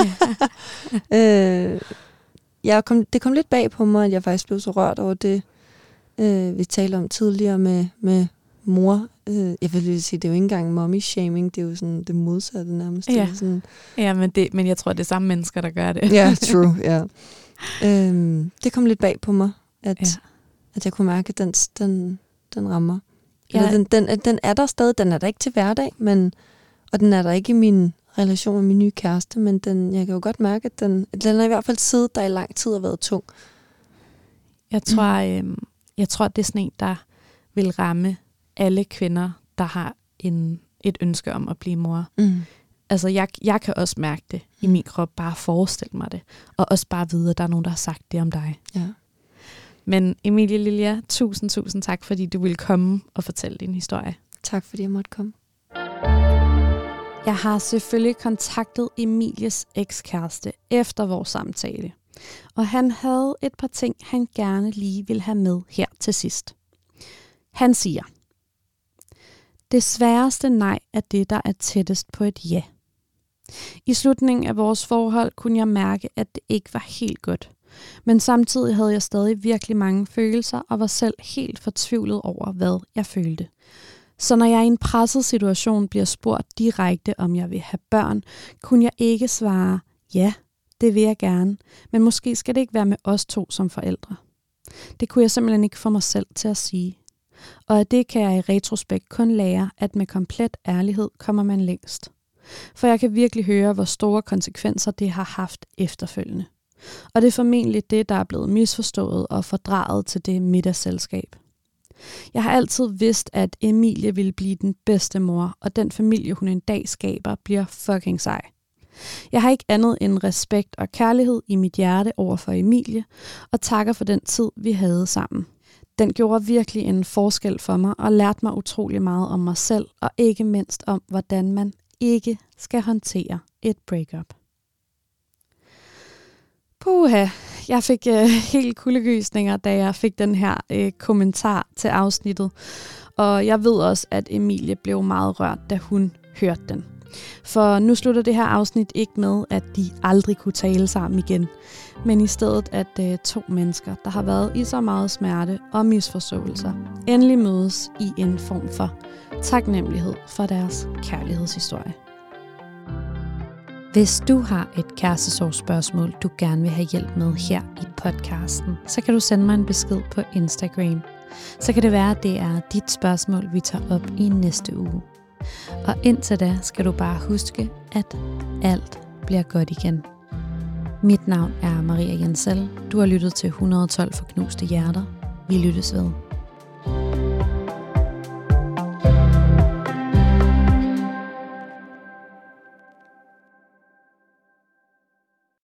Det kom lidt bag på mig, at jeg faktisk blev så rørt over det, vi talte om tidligere med mor. Jeg vil lige sige, det er jo ikke engang mommy-shaming, det er jo sådan det modsatte nærmest. Ja, sådan, men jeg tror, det er samme mennesker, der gør det. Ja, true, ja. Det kom lidt bag på mig, at jeg kunne mærke, at den rammer. Ja. Den er der stadig, den er der ikke til hverdag, og den er der ikke i min relation med min nye kæreste, men jeg kan jo godt mærke, at den er i hvert fald siddet der i lang tid og været tung. Jeg tror, det er sådan en, der vil ramme alle kvinder, der har et ønske om at blive mor. Altså, jeg kan også mærke det i min krop, bare forestille mig det, og også bare vide, at der er nogen, der har sagt det om dig. Ja. Men Emilie Lilja, tusind tak, fordi du ville komme og fortælle din historie. Tak, fordi jeg måtte komme. Jeg har selvfølgelig kontaktet Emilies ekskæreste efter vores samtale, og han havde et par ting, han gerne lige ville have med her til sidst. Han siger, det sværeste nej er det, der er tættest på et ja. I slutningen af vores forhold kunne jeg mærke, at det ikke var helt godt. Men samtidig havde jeg stadig virkelig mange følelser og var selv helt fortvivlet over, hvad jeg følte. Så når jeg i en presset situation bliver spurgt direkte, om jeg vil have børn, kunne jeg ikke svare, ja, det vil jeg gerne, men måske skal det ikke være med os to som forældre. Det kunne jeg simpelthen ikke få mig selv til at sige. Og af det kan jeg i retrospekt kun lære, at med komplet ærlighed kommer man længst. For jeg kan virkelig høre, hvor store konsekvenser det har haft efterfølgende. Og det er formentlig det, der er blevet misforstået og fordraget til det middagsselskab. Jeg har altid vidst, at Emilie ville blive den bedste mor, og den familie, hun en dag skaber, bliver fucking sej. Jeg har ikke andet end respekt og kærlighed i mit hjerte over for Emilie, og takker for den tid, vi havde sammen. Den gjorde virkelig en forskel for mig, og lærte mig utrolig meget om mig selv, og ikke mindst om, hvordan man ikke skal håndtere et breakup. Puha, jeg fik helt kuldegysninger, da jeg fik den her kommentar til afsnittet. Og jeg ved også, at Emilie blev meget rørt, da hun hørte den. For nu slutter det her afsnit ikke med, at de aldrig kunne tale sammen igen, men i stedet at 2 mennesker, der har været i så meget smerte og misforståelser, endelig mødes i en form for taknemmelighed for deres kærlighedshistorie. Hvis du har et kærestesorgsspørgsmål, du gerne vil have hjælp med her i podcasten, så kan du sende mig en besked på Instagram. Så kan det være, at det er dit spørgsmål, vi tager op i næste uge. Og indtil da skal du bare huske, at alt bliver godt igen. Mit navn er Maria Jensel. Du har lyttet til 112 for knuste hjerter. Vi lyttes ved.